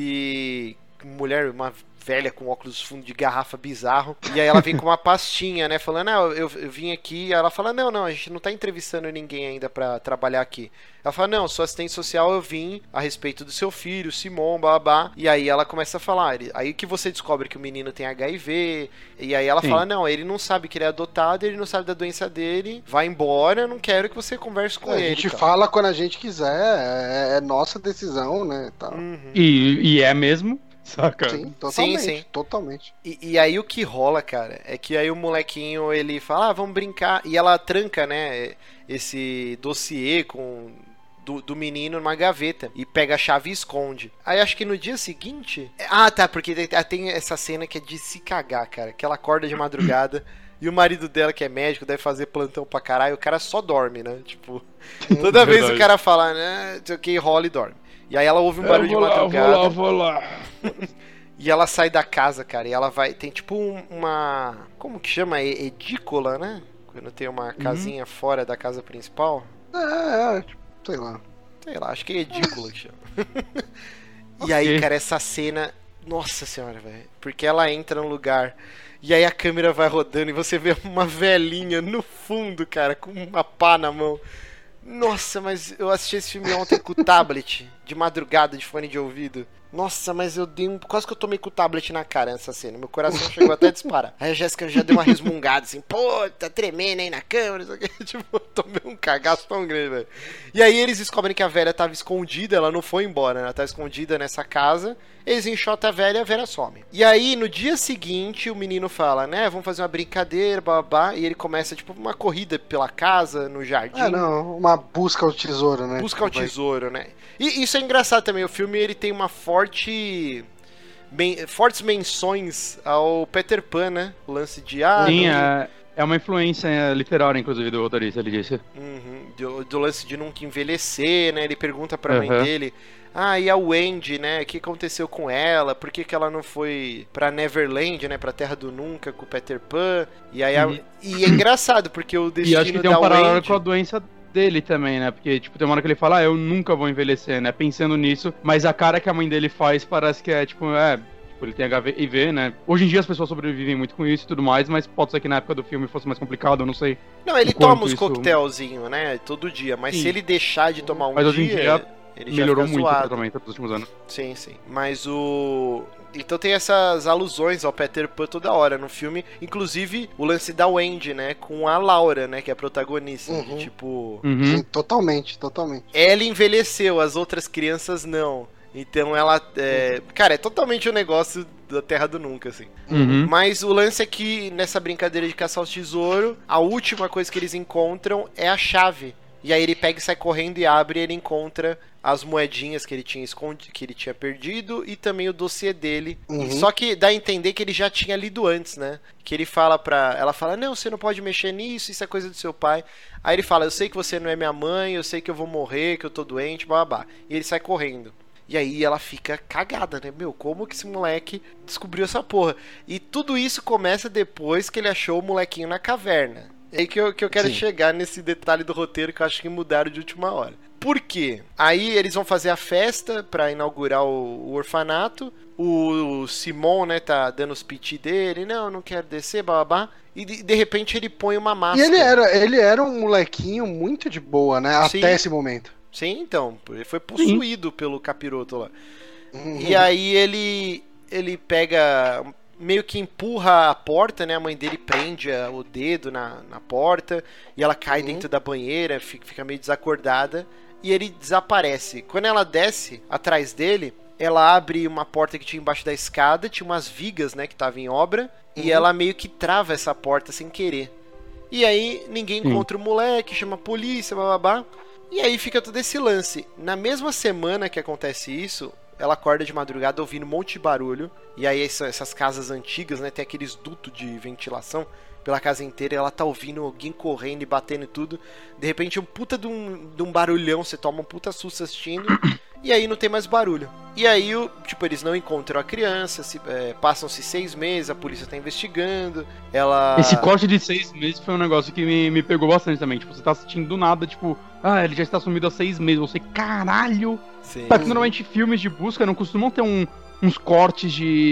e... uma velha com óculos fundo de garrafa bizarro, e aí ela vem com uma pastinha, né, falando, eu vim aqui, ela fala, não, a gente não tá entrevistando ninguém ainda pra trabalhar aqui. Ela fala, não, sou assistente social, eu vim a respeito do seu filho, Simon, babá, e aí ela começa a falar, aí que você descobre que o menino tem HIV, e aí ela fala, não, ele não sabe que ele é adotado, ele não sabe da doença dele, vai embora, não quero que você converse com ele. A gente fala quando a gente quiser, é nossa decisão, né, tal. E é mesmo. saca? Sim, totalmente, sim. totalmente. E aí o que rola, cara, é que aí o molequinho, ele fala, vamos brincar. E ela tranca, né, esse dossiê do menino numa gaveta e pega a chave e esconde. Aí acho que no dia seguinte... Ah, tá, porque tem essa cena que é de se cagar, cara. Que ela acorda de madrugada e o marido dela, que é médico, deve fazer plantão pra caralho. O cara só dorme, né? Tipo, toda vez o cara fala, né, ok, rola e dorme. E aí ela ouve um barulho de madrugada. Vou lá. E ela sai da casa, cara, e ela vai... Tem tipo uma... Como que chama? Edícula, né? Quando tem uma casinha fora da casa principal. Tipo, sei lá, acho que é edícula que chama. E aí, cara, essa cena... Nossa senhora, velho. Porque ela entra no lugar... E aí a câmera vai rodando e você vê uma velhinha no fundo, cara, com uma pá na mão. Nossa, mas eu assisti esse filme ontem com o tablet, de madrugada, de fone de ouvido. Nossa, mas eu dei quase que eu tomei com o tablet na cara nessa cena. Meu coração chegou até a disparar. Aí a Jéssica já deu uma resmungada assim, pô, tá tremendo aí na câmera, isso aqui. Tipo, eu tomei um cagaço tão grande, velho. E aí eles descobrem que a velha tava escondida, ela não foi embora, né? Ela tava escondida nessa casa. Eles enxotam a velha e a velha some. E aí, no dia seguinte, o menino fala, né, vamos fazer uma brincadeira, babá. E ele começa, tipo, uma corrida pela casa, no jardim. Uma busca ao tesouro, né? Busca ao tesouro, né? E isso é engraçado também, o filme ele tem uma fortes menções ao Peter Pan, né? O lance de... Sim, é uma influência literária, inclusive, do autorista, ele disse. Do lance de nunca envelhecer, né? Ele pergunta pra mãe dele... e a Wendy, né? O que aconteceu com ela? Por que ela não foi pra Neverland, né? Pra Terra do Nunca com o Peter Pan? E aí e é engraçado, porque o destino da Wendy... E acho que tem um paralelo com a doença dele também, né? Porque, tipo, tem uma hora que ele fala, eu nunca vou envelhecer, né? Pensando nisso, mas a cara que a mãe dele faz parece que é, tipo, ele tem HIV, né? Hoje em dia as pessoas sobrevivem muito com isso e tudo mais, mas pode ser que na época do filme fosse mais complicado, eu não sei. Não, ele toma os coquetelzinhos, né? Todo dia, mas se ele deixar de tomar mas hoje em dia ele melhorou já muito o zoado. tratamento nos últimos anos. Sim. Mas então tem essas alusões ao Peter Pan toda hora no filme, inclusive o lance da Wendy, né, com a Laura, né, que é a protagonista, tipo... Sim, totalmente. Ela envelheceu, as outras crianças não. Então ela, cara, é totalmente o negócio da Terra do Nunca, assim. Mas o lance é que nessa brincadeira de caçar o tesouro, a última coisa que eles encontram é a chave. E aí ele pega e sai correndo e abre e ele encontra as moedinhas que ele tinha que ele tinha perdido e também o dossiê dele. Só que dá a entender que ele já tinha lido antes, né? Que ele fala ela fala, não, você não pode mexer nisso, isso é coisa do seu pai. Aí ele fala, eu sei que você não é minha mãe, eu sei que eu vou morrer, que eu tô doente, babá. E ele sai correndo. E aí ela fica cagada, né? Meu, como que esse moleque descobriu essa porra? E tudo isso começa depois que ele achou o molequinho na caverna. É aí que eu quero chegar nesse detalhe do roteiro que eu acho que mudaram de última hora. Por quê? Aí eles vão fazer a festa pra inaugurar o orfanato. O Simon, né, tá dando os piti dele. Não quero descer, babá. E de repente ele põe uma máscara. E ele era um molequinho muito de boa, né? Até esse momento. Sim, então. Ele foi possuído pelo capiroto lá. E aí ele pega... meio que empurra a porta, né? A mãe dele prende o dedo na porta e ela cai dentro da banheira, fica meio desacordada e ele desaparece. Quando ela desce atrás dele, ela abre uma porta que tinha embaixo da escada, tinha umas vigas, né, que estavam em obra, e ela meio que trava essa porta sem querer. E aí ninguém encontra o moleque, chama a polícia, bababá. E aí fica todo esse lance. Na mesma semana que acontece isso, ela acorda de madrugada ouvindo um monte de barulho. E aí essas casas antigas, né, tem aqueles dutos de ventilação pela casa inteira. E ela tá ouvindo alguém correndo e batendo e tudo. De repente um puta de um barulhão. Você toma um puta susto assistindo. E aí não tem mais barulho. E aí, eles não encontram a criança. Passam-se 6 meses, a polícia tá investigando. Esse corte de 6 meses foi um negócio que me pegou bastante também. Tipo, você tá assistindo do nada, tipo... ele já está sumido há 6 meses. Você, caralho! Sim. Porque normalmente filmes de busca não costumam ter uns cortes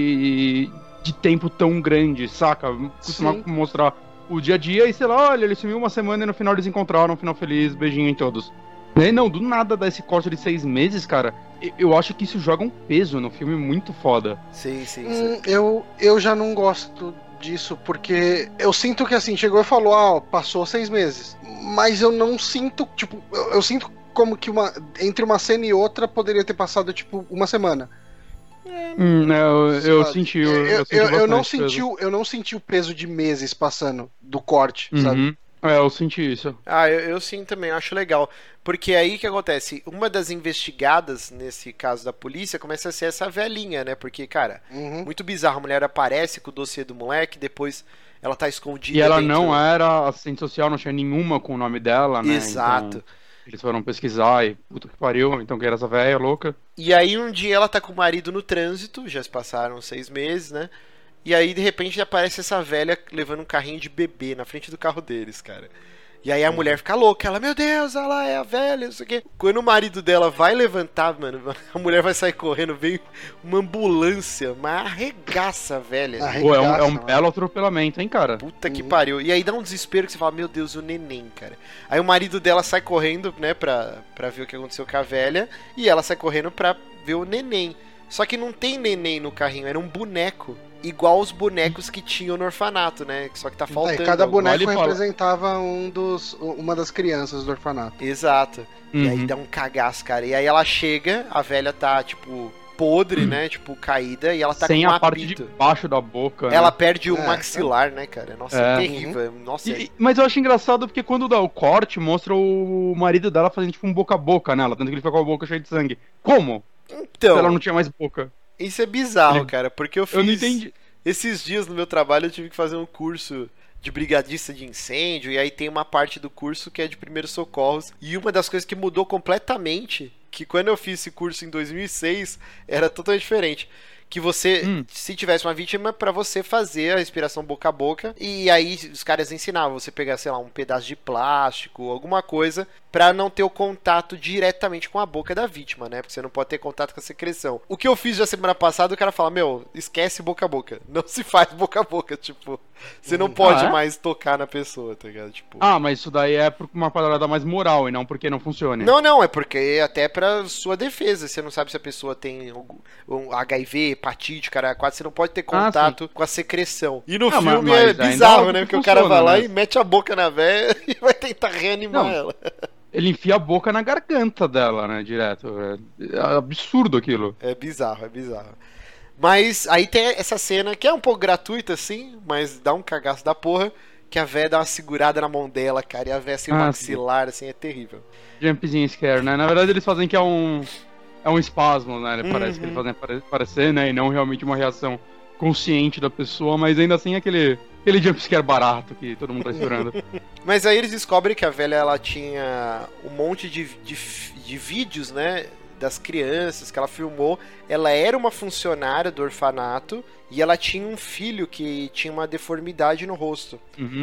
de tempo tão grandes, saca? Costumam mostrar o dia a dia e sei lá, olha, ele sumiu uma semana e no final eles encontraram, um final feliz, beijinho em todos. Não, do nada dá esse corte de 6 meses, cara. Eu acho que isso joga um peso no filme muito foda. Sim. Eu já não gosto disso, porque eu sinto que assim, chegou e falou, passou 6 meses. Mas eu não sinto, tipo, eu sinto como que entre uma cena e outra poderia ter passado, tipo, uma semana. Eu senti. Eu não senti o peso de meses passando do corte, sabe? Eu senti isso. Eu sim também, acho legal. Porque aí que acontece? Uma das investigadas, nesse caso da polícia, começa a ser essa velhinha, né? Porque, cara, muito bizarro. A mulher aparece com o dossiê do moleque, depois ela tá escondida. E ela não era assistente social, não tinha nenhuma com o nome dela, né? Exato. Então, eles foram pesquisar e puta que pariu, então que era essa velha louca. E aí um dia ela tá com o marido no trânsito, já se passaram 6 meses, né? E aí de repente aparece essa velha levando um carrinho de bebê na frente do carro deles, cara. E aí a mulher fica louca, ela, meu Deus, ela é a velha, não sei o quê. Quando o marido dela vai levantar, mano, a mulher vai sair correndo, vem uma ambulância, mas arregaça a velha. Pô, é um belo atropelamento, hein, cara? Puta que pariu. E aí dá um desespero que você fala, meu Deus, o neném, cara. Aí o marido dela sai correndo, né, pra ver o que aconteceu com a velha, e ela sai correndo pra ver o neném. Só que não tem neném no carrinho, era um boneco. Igual os bonecos que tinham no orfanato, né? Só que tá faltando. Cada boneco representava uma das crianças do orfanato. Exato. E aí dá um cagaço, cara. E aí ela chega, a velha tá, tipo, podre, né? Tipo, caída, e ela tá sem com um a parte apito. de baixo da boca. Ela né? perde o maxilar, né, cara? Nossa, é terrível. Nossa, Mas eu acho engraçado porque quando dá o corte, mostra o marido dela fazendo tipo um boca a boca nela, tanto que ele fica com a boca cheia de sangue. Como? Então, se ela não tinha mais boca. Isso é bizarro, cara, porque eu não entendi. Esses dias no meu trabalho eu tive que fazer um curso de brigadista de incêndio, e aí tem uma parte do curso que é de primeiros socorros, e uma das coisas que mudou completamente, que quando eu fiz esse curso em 2006, era totalmente diferente. Que você, se tivesse uma vítima, pra você fazer a respiração boca a boca, e aí os caras ensinavam você pegar, sei lá, um pedaço de plástico, alguma coisa, pra não ter o contato diretamente com a boca da vítima, né? Porque você não pode ter contato com a secreção. O que eu fiz já semana passada, o cara fala, meu, esquece boca a boca. Não se faz boca a boca, tipo, você não pode mais tocar na pessoa, tá ligado? Tipo... mas isso daí é por uma parada mais moral e não porque não funcione. Não, é porque até pra sua defesa. Você não sabe se a pessoa tem um HIV, hepatite, cara, quase você não pode ter contato com a secreção. E no filme é bizarro, né? Porque o cara vai lá e mete a boca na véia e vai tentar reanimar ela. Ele enfia a boca na garganta dela, né, direto. É absurdo aquilo. É bizarro. Mas aí tem essa cena que é um pouco gratuita, assim, mas dá um cagaço da porra, que a véia dá uma segurada na mão dela, cara, e a véia sem maxilar, assim, é terrível. Jumpzinho scare, né? Na verdade eles fazem que é um espasmo, né? Parece que eles fazem parecer, né? E não realmente uma reação consciente da pessoa, mas ainda assim aquele jumpscare barato que todo mundo tá esperando. Mas aí eles descobrem que a velha, ela tinha um monte de vídeos, né, das crianças que ela filmou. Ela era uma funcionária do orfanato e ela tinha um filho que tinha uma deformidade no rosto.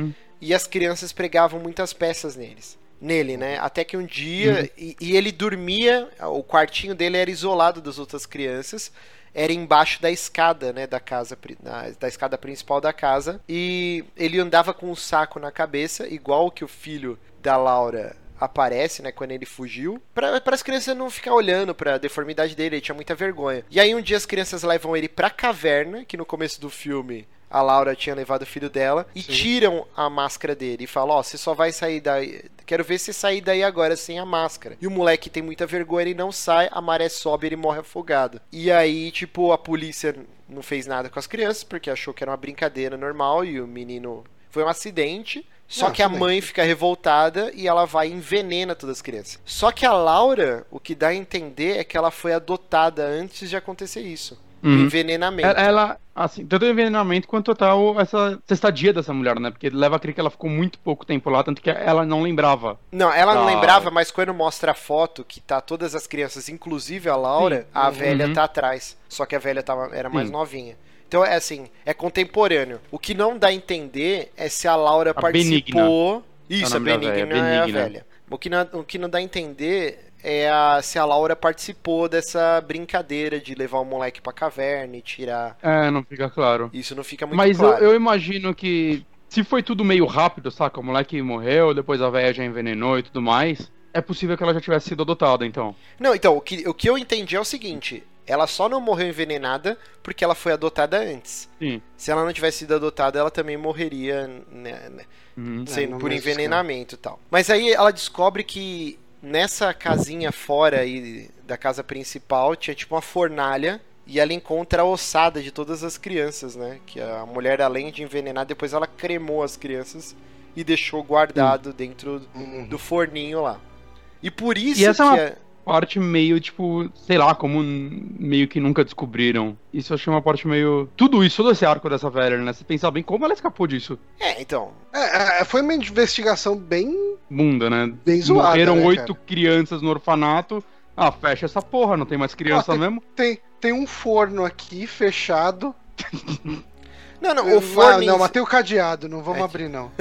E as crianças pregavam muitas peças nele, né? Até que um dia... E ele dormia... O quartinho dele era isolado das outras crianças. Era embaixo da escada, né? Da casa... Da escada principal da casa. E ele andava com um saco na cabeça, igual que o filho da Laura aparece, né? Quando ele fugiu. Para as crianças não ficar olhando pra deformidade dele. Ele tinha muita vergonha. E aí um dia as crianças levam ele pra caverna, que no começo do filme... A Laura tinha levado o filho dela e tiram a máscara dele e falam, você só vai sair daí, quero ver você sair daí agora sem a máscara. E o moleque tem muita vergonha, ele não sai, a maré sobe, ele morre afogado. E aí, tipo, a polícia não fez nada com as crianças, porque achou que era uma brincadeira normal e o menino foi um acidente. Só que a mãe fica revoltada e ela vai e envenena todas as crianças. Só que a Laura, o que dá a entender é que ela foi adotada antes de acontecer isso. Envenenamento. Ela, assim, tanto o envenenamento quanto essa estadia dessa mulher, né? Porque leva a crer que ela ficou muito pouco tempo lá, tanto que ela não lembrava. Não, ela não lembrava, mas quando mostra a foto, que tá todas as crianças, inclusive a Laura, a velha tá atrás. Só que a velha era mais novinha. Então, é assim, é contemporâneo. O que não dá a entender é se a Laura participou... Benigna. Isso, a Benigna é a velha. O que não dá a entender... se a Laura participou dessa brincadeira de levar o moleque pra caverna e tirar... não fica claro. Isso não fica muito claro. Mas eu imagino que se foi tudo meio rápido, saca? O moleque morreu, depois a velha já envenenou e tudo mais, é possível que ela já tivesse sido adotada, então. Não, então, o que eu entendi é o seguinte... Ela só não morreu envenenada porque ela foi adotada antes. Sim. Se ela não tivesse sido adotada, ela também morreria por envenenamento e tal. Mas aí ela descobre que nessa casinha fora aí da casa principal tinha tipo uma fornalha E ela encontra a ossada de todas as crianças, né? Que a mulher, além de envenenar, depois ela cremou as crianças e deixou guardado dentro do forninho lá. E por isso essa que... é uma parte meio, tipo, sei lá, como meio que nunca descobriram. Isso eu achei uma parte meio... Tudo isso, todo esse arco dessa velha, né? Você pensar bem como ela escapou disso. Então... Foi uma investigação bem... Bunda, né? Bem zoada, Morreram né, 8 cara? crianças no orfanato. Ah, fecha essa porra, não tem mais criança mesmo? Tem um forno aqui fechado. Não, o forno... Não, mas tem o cadeado, não vamos abrir, não.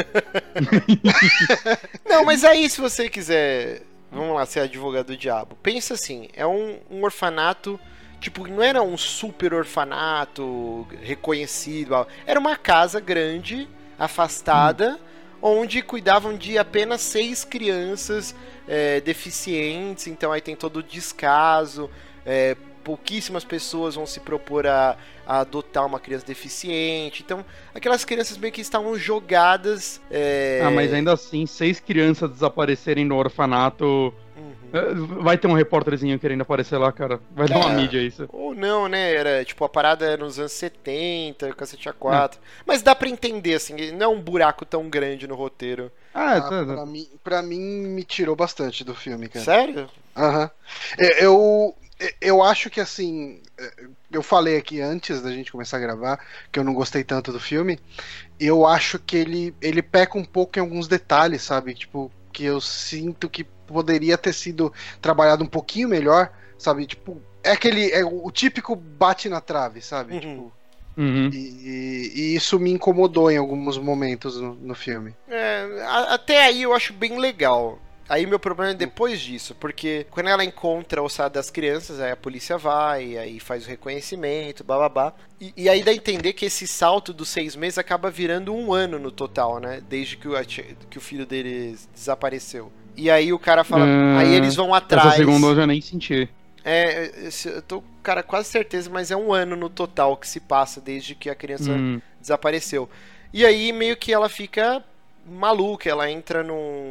Não, mas aí se você quiser... Vamos lá, ser advogado do diabo. Pensa assim, é um orfanato, tipo, não era um super orfanato reconhecido. Era uma casa grande, afastada, onde cuidavam de apenas 6 crianças deficientes. Então aí tem todo o descaso, pouquíssimas pessoas vão se propor a adotar uma criança deficiente. Então, aquelas crianças meio que estavam jogadas... mas ainda assim, 6 crianças desaparecerem no orfanato... Vai ter um repórterzinho querendo aparecer lá, cara. Vai dar uma mídia isso. Ou não, né? Era, tipo, a parada era nos anos 70, cacete A4. Mas dá pra entender, assim, não é um buraco tão grande no roteiro. Pra mim, me tirou bastante do filme, cara. Sério? Aham. Eu acho que, assim, eu falei aqui antes da gente começar a gravar que eu não gostei tanto do filme. Eu acho que ele peca um pouco em alguns detalhes, sabe? Tipo, que eu sinto que poderia ter sido trabalhado um pouquinho melhor, sabe? Tipo, é o típico bate na trave, sabe? Tipo, e isso me incomodou em alguns momentos no filme. Até aí eu acho bem legal. Aí meu problema é depois disso, porque quando ela encontra a ossada das crianças, aí a polícia vai, aí faz o reconhecimento, bababá. E aí dá a entender que esse salto dos 6 meses acaba virando 1 ano no total, né? Desde que o filho deles desapareceu. E aí o cara fala... Aí eles vão atrás... Essa segunda eu já nem senti. Eu tô, cara, quase certeza, mas é 1 ano no total que se passa desde que a criança desapareceu. E aí meio que ela fica maluca, ela entra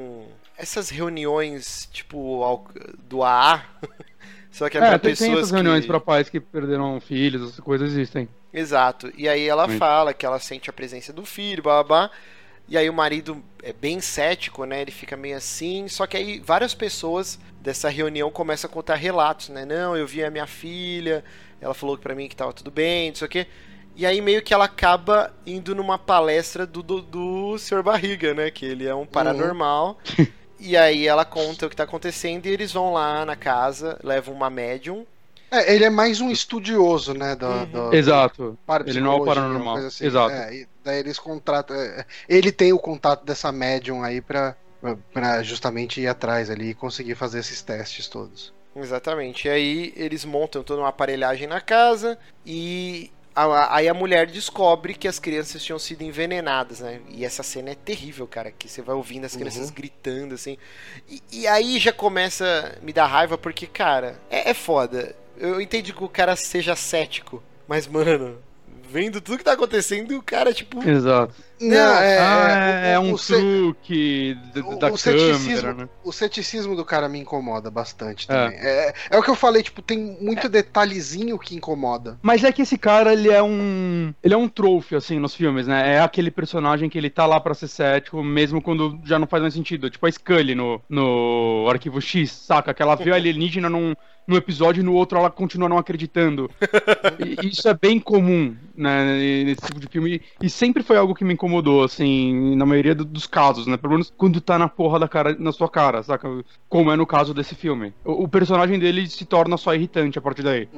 essas reuniões, tipo, do AA, só que é pra pessoas tem essas reuniões pra pais que perderam filhos, essas coisas existem. Exato, e aí ela fala que ela sente a presença do filho, babá, e aí o marido é bem cético, né, ele fica meio assim, só que aí várias pessoas dessa reunião começam a contar relatos, né, não, eu vi a minha filha, ela falou pra mim que tava tudo bem, não sei o quê. E aí meio que ela acaba indo numa palestra do Sr. Barriga, né, que ele é um paranormal. E aí ela conta o que tá acontecendo e eles vão lá na casa, levam uma médium. Ele é mais um estudioso, né? Exato. Ele não é o paranormal. Assim. Exato. E daí eles contratam. Ele tem o contato dessa médium aí pra justamente ir atrás ali e conseguir fazer esses testes todos. Exatamente. E aí eles montam toda uma aparelhagem na casa e... Aí a mulher descobre que as crianças tinham sido envenenadas, né? E essa cena é terrível, cara, que você vai ouvindo as crianças gritando, assim. E aí já começa a me dar raiva, porque, cara, é foda. Eu entendi que o cara seja cético, mas, mano, vendo tudo que tá acontecendo, o cara, tipo... Exato. Não, é um truque da câmera, né? O ceticismo do cara me incomoda bastante também. É o que eu falei, tipo, tem muito detalhezinho que incomoda. Mas é que esse cara, ele é um trofe, assim, nos filmes, né? É aquele personagem que ele tá lá pra ser cético, mesmo quando já não faz mais sentido. Tipo a Scully no Arquivo X, saca? Que ela vê a alienígena num episódio e no outro ela continua não acreditando. E isso é bem comum, né, nesse tipo de filme. E sempre foi algo que me incomodou, assim, na maioria dos casos, né? Pelo menos quando tá na sua cara, saca? Como é no caso desse filme. O personagem dele se torna só irritante a partir daí.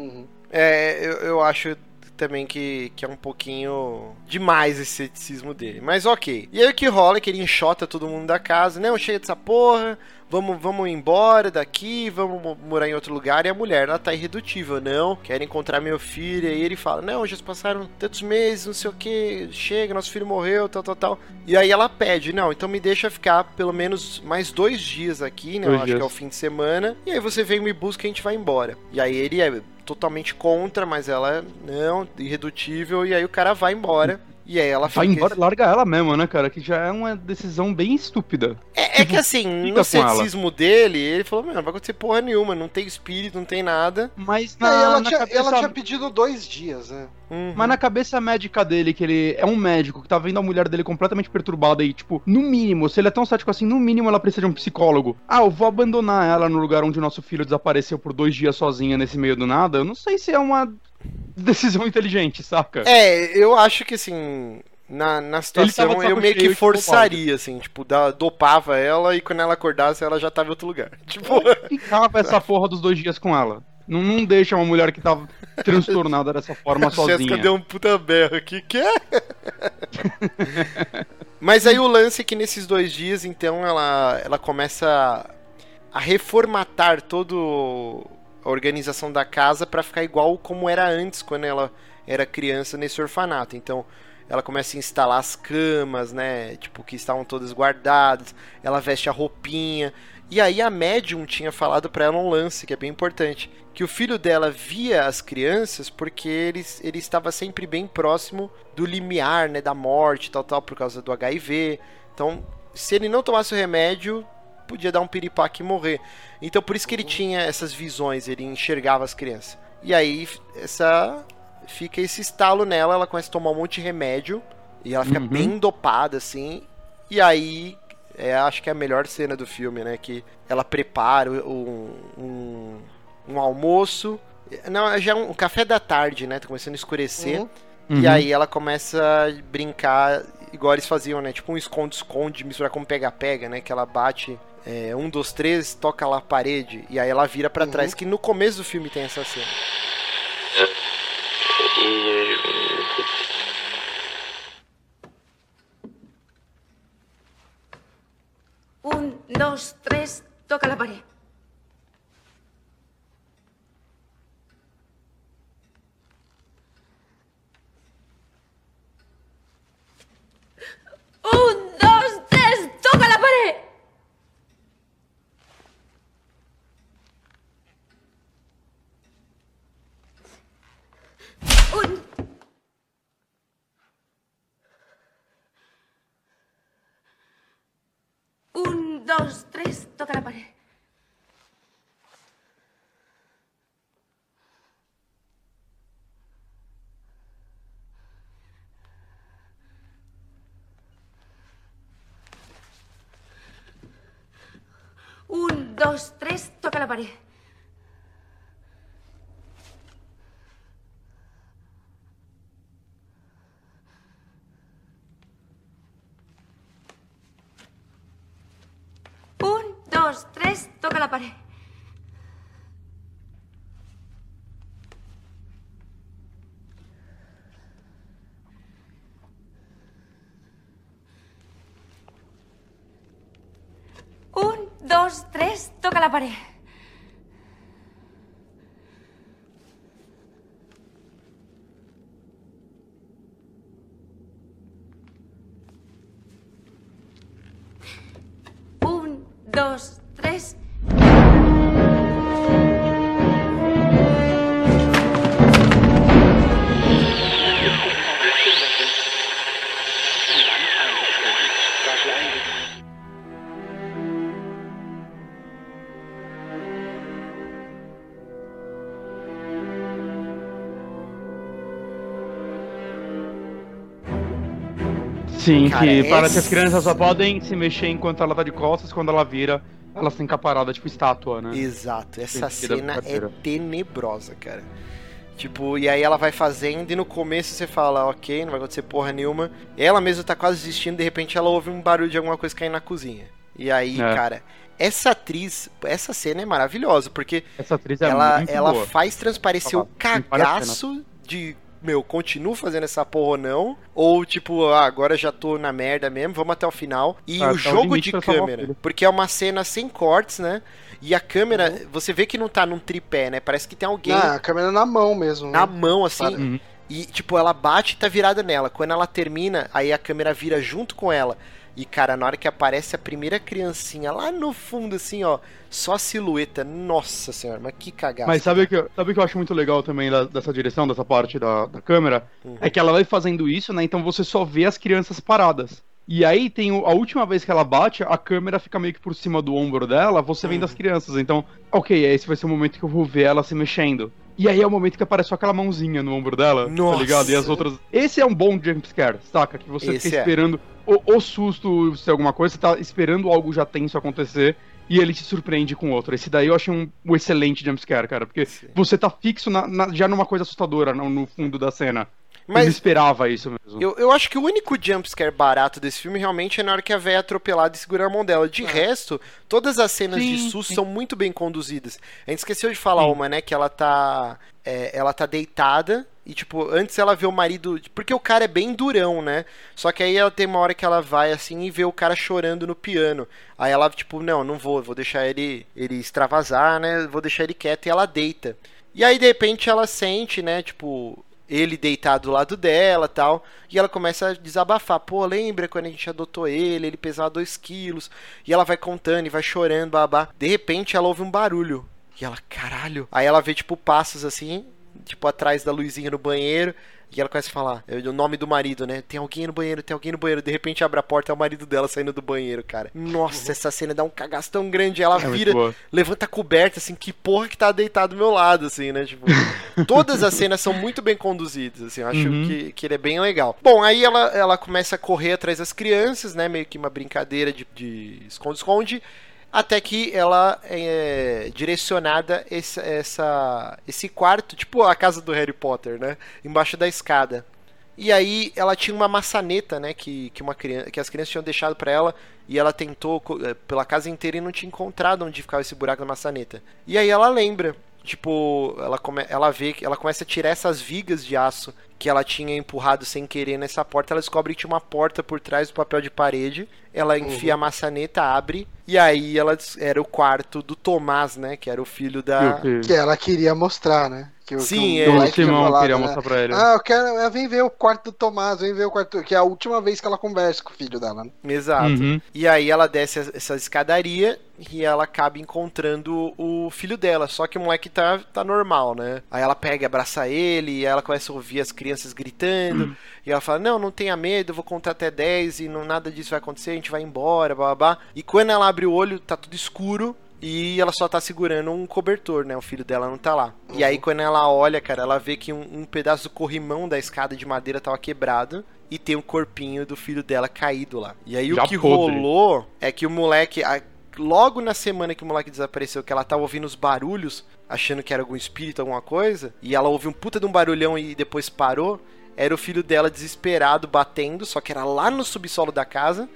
Eu acho também que é um pouquinho demais esse ceticismo dele. Mas ok. E aí o que rola é que ele enxota todo mundo da casa. Não, chega dessa porra. Vamos embora daqui, vamos morar em outro lugar. E a mulher, ela tá irredutível, não, quero encontrar meu filho. E aí ele fala, não, já se passaram tantos meses, não sei o que, chega, nosso filho morreu, tal. E aí ela pede, não, então me deixa ficar pelo menos mais 2 dias aqui, né, eu acho que é o fim de semana. E aí você vem me busca e a gente vai embora. E aí ele é totalmente contra, mas ela, não, irredutível. E aí o cara vai embora. E aí ela Vai fica... embora, larga ela mesmo, né, cara? Que já é uma decisão bem estúpida. É que assim, fica no com ceticismo dele, ele falou, não vai acontecer porra nenhuma, não tem espírito, não tem nada. Mas ela na tinha cabeça... pedido 2 dias, né? Uhum. Mas na cabeça médica dele, que ele é um médico que tá vendo a mulher dele completamente perturbada e, tipo, no mínimo, se ele é tão cético assim, no mínimo ela precisa de um psicólogo. Ah, eu vou abandonar ela no lugar onde o nosso filho desapareceu por 2 dias sozinha nesse meio do nada. Eu não sei se é uma decisão inteligente, saca? Eu acho que assim, na situação tava de eu saco meio que cheio, tipo, forçaria, assim, tipo, dopava ela e quando ela acordasse ela já tava em outro lugar. Tipo, Ficava essa porra dos 2 dias com ela. Não deixa uma mulher que tava transtornada dessa forma a Jéssica sozinha. deu um puta berro aqui, que é? Mas aí o lance é que nesses 2 dias, então, ela começa a reformatar toda a organização da casa pra ficar igual como era antes, quando ela era criança nesse orfanato. Então, ela começa a instalar as camas, né, tipo, que estavam todas guardadas, ela veste a roupinha. E aí a médium tinha falado pra ela um lance que é bem importante, que o filho dela via as crianças porque ele estava sempre bem próximo do limiar, né, da morte, tal, por causa do HIV. Então, se ele não tomasse o remédio, podia dar um piripaque e morrer. Então, por isso que ele tinha essas visões, ele enxergava as crianças. E aí, fica esse estalo nela, ela começa a tomar um monte de remédio, e ela fica bem dopada, assim, e aí... acho que é a melhor cena do filme, né? Que ela prepara um almoço. Não, já é um café da tarde, né? Tá começando a escurecer. E aí ela começa a brincar igual eles faziam, né? Tipo um esconde-esconde, misturar com pega-pega, né? Que ela bate 1, 2, 3, toca lá a parede. E aí ela vira pra trás. Que no começo do filme tem essa cena. Un, dos, tres, toca la pared. Un, dos, tres, toca la pared. Un, dos, tres, toca la pared. Un, dos, tres, toca la pared. Un, dos, tres, toca la pared. Un, dos, tres, toca la pared. Un, dos, tres. Sim, Cara, que parece que as crianças só podem se mexer enquanto ela tá de costas, quando ela vira, ela fica parada, tipo estátua, né? Exato, essa Sentida cena é brincadeira. tenebrosa, cara. Tipo, e aí ela vai fazendo e no começo você fala, ok, não vai acontecer porra nenhuma. Ela mesma tá quase desistindo, de repente ela ouve um barulho de alguma coisa caindo na cozinha. E aí, cara, essa atriz, essa cena é maravilhosa, porque Essa atriz é muito ela boa. faz transparecer o Tem várias cagaço de, continuo fazendo essa porra ou não, ou tipo, agora já tô na merda mesmo, vamos até o final. E Tá, o tá o jogo limite de pra salvar o câmera, filho. porque é uma cena sem cortes, né? E a câmera, você vê que não tá num tripé, né? Parece que tem alguém Ah, a câmera na mão mesmo. na né? mão, assim. Uhum. E, tipo, ela bate e tá virada nela. Quando ela termina, aí a câmera vira junto com ela. E, cara, na hora que aparece a primeira criancinha lá no fundo, assim, ó, só a silhueta, nossa senhora, mas que cagada. Mas sabe o que eu acho muito legal também dessa direção, dessa parte da câmera? É que ela vai fazendo isso, né? Então você só vê as crianças paradas. E aí tem a última vez que ela bate, a câmera fica meio que por cima do ombro dela, você vendo as crianças. Então, ok, esse vai ser o momento que eu vou ver ela se mexendo. E aí é o momento que aparece só aquela mãozinha no ombro dela, nossa, tá ligado? E as outras... Esse é um bom jumpscare, saca? Que você fica esperando o susto ser alguma coisa, você tá esperando algo já tenso acontecer, e ele te surpreende com outro. Esse daí eu achei um excelente jumpscare, cara, porque você tá fixo já numa coisa assustadora no fundo da cena. Mas eu esperava isso mesmo. Eu acho que o único jumpscare barato desse filme realmente é na hora que a véia é atropelada e segura a mão dela. De resto, todas as cenas de susto são muito bem conduzidas. A gente esqueceu de falar uma, né? Que ela tá deitada e, tipo, antes ela vê o marido... Porque o cara é bem durão, né? Só que aí ela tem uma hora que ela vai, assim, e vê o cara chorando no piano. Aí ela, tipo, não vou deixar ele extravasar, né? Vou deixar ele quieto e ela deita. E aí, de repente, ela sente, né? Tipo... ele deitado do lado dela e tal, e ela começa a desabafar, pô, lembra quando a gente adotou ele pesava 2 quilos, e ela vai contando e vai chorando, babá. De repente ela ouve um barulho, e ela, caralho, aí ela vê tipo passos assim, tipo atrás da luzinha no banheiro, e ela começa a falar o nome do marido, né? Tem alguém no banheiro. De repente abre a porta, é o marido dela saindo do banheiro, cara. Nossa, essa cena dá um cagaço tão grande. Ela vira, levanta a coberta, assim, que porra que tá deitado do meu lado, assim, né? Tipo, todas as cenas são muito bem conduzidas, assim. Eu acho que ele é bem legal. Bom, aí ela começa a correr atrás das crianças, né? Meio que uma brincadeira de esconde-esconde. Até que ela é direcionada esse quarto, tipo a casa do Harry Potter, né? Embaixo da escada. E aí ela tinha uma maçaneta, né? Que as crianças tinham deixado pra ela. E ela tentou pela casa inteira e não tinha encontrado onde ficava esse buraco da maçaneta. E aí ela lembra. Tipo, ela vê que ela começa a tirar essas vigas de aço que ela tinha empurrado sem querer nessa porta. Ela descobre que tinha uma porta por trás do papel de parede. Ela enfia a maçaneta, abre. E aí era o quarto do Tomás, né? Que era o filho da... Que ela queria mostrar, né? O Simão queria mostrar pra ele. Vem ver o quarto do Tomás, vem ver o quarto... Que é a última vez que ela conversa com o filho dela, né? Exato. E aí ela desce essa escadaria e ela acaba encontrando o filho dela. Só que o moleque tá normal, né? Aí ela pega e abraça ele e ela começa a ouvir as crianças gritando. E ela fala, não tenha medo, eu vou contar até 10 e nada disso vai acontecer, a gente vai embora, babá. E quando ela abre o olho, tá tudo escuro. E ela só tá segurando um cobertor, né? O filho dela não tá lá. E aí quando ela olha, cara, ela vê que um pedaço do corrimão da escada de madeira tava quebrado. E tem um corpinho do filho dela caído lá. E aí o que rolou é que o moleque... Logo na semana que o moleque desapareceu, que ela tava ouvindo os barulhos, achando que era algum espírito, alguma coisa. E ela ouviu um puta de um barulhão e depois parou. Era o filho dela desesperado, batendo, só que era lá no subsolo da casa.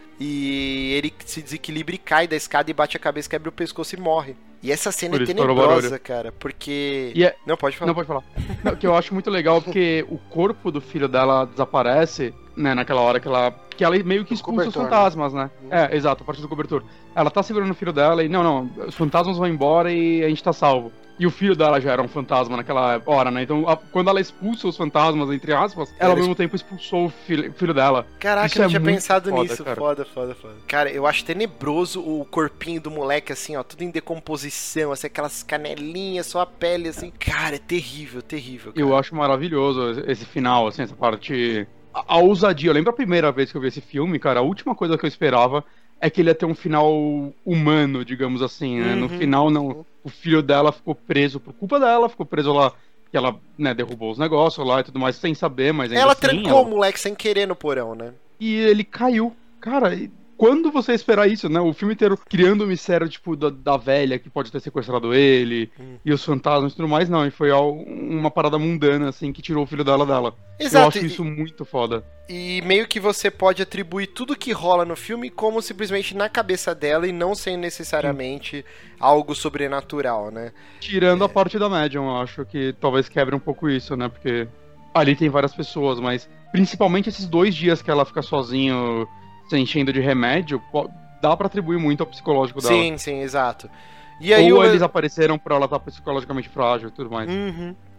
E ele se desequilibra e cai da escada e bate a cabeça, quebra o pescoço e morre. E essa cena é tenebrosa, cara, porque... Não, pode falar. Não, pode falar. Não, que eu acho muito legal, porque o corpo do filho dela desaparece, né, naquela hora que ela meio que expulsa os fantasmas, né? Exato, a partir do cobertor. Ela tá segurando o filho dela e, não, os fantasmas vão embora e a gente tá salvo. E o filho dela já era um fantasma naquela hora, né? Então, quando ela expulsa os fantasmas, entre aspas, ela ao mesmo tempo expulsou o filho dela. Caraca, eu não tinha pensado nisso. Cara. Foda. Cara, eu acho tenebroso o corpinho do moleque, assim, ó, tudo em decomposição, assim, aquelas canelinhas, só a pele, assim. Cara, é terrível, cara. Eu acho maravilhoso esse final, assim, essa parte... A ousadia. Eu lembro a primeira vez que eu vi esse filme, cara, a última coisa que eu esperava é que ele ia ter um final humano, digamos assim, né? No final, não. O filho dela ficou preso por culpa dela, ficou preso lá, que ela, né, derrubou os negócios lá e tudo mais, sem saber, mas ainda ela assim... trancou o moleque sem querer no porão, né? E ele caiu. Cara, quando você esperar isso, né? O filme inteiro criando o mistério, tipo, da velha que pode ter sequestrado ele, e os fantasmas e tudo mais, não. E foi uma parada mundana, assim, que tirou o filho dela. Exato. Eu acho isso muito foda. E meio que você pode atribuir tudo que rola no filme como simplesmente na cabeça dela e não sendo necessariamente algo sobrenatural, né? Tirando a parte da médium, eu acho que talvez quebre um pouco isso, né? Porque ali tem várias pessoas, mas principalmente esses 2 dias que ela fica sozinho... se enchendo de remédio, dá pra atribuir muito ao psicológico dela. Sim, exato. E aí ou eles apareceram pra ela estar psicologicamente frágil e tudo mais.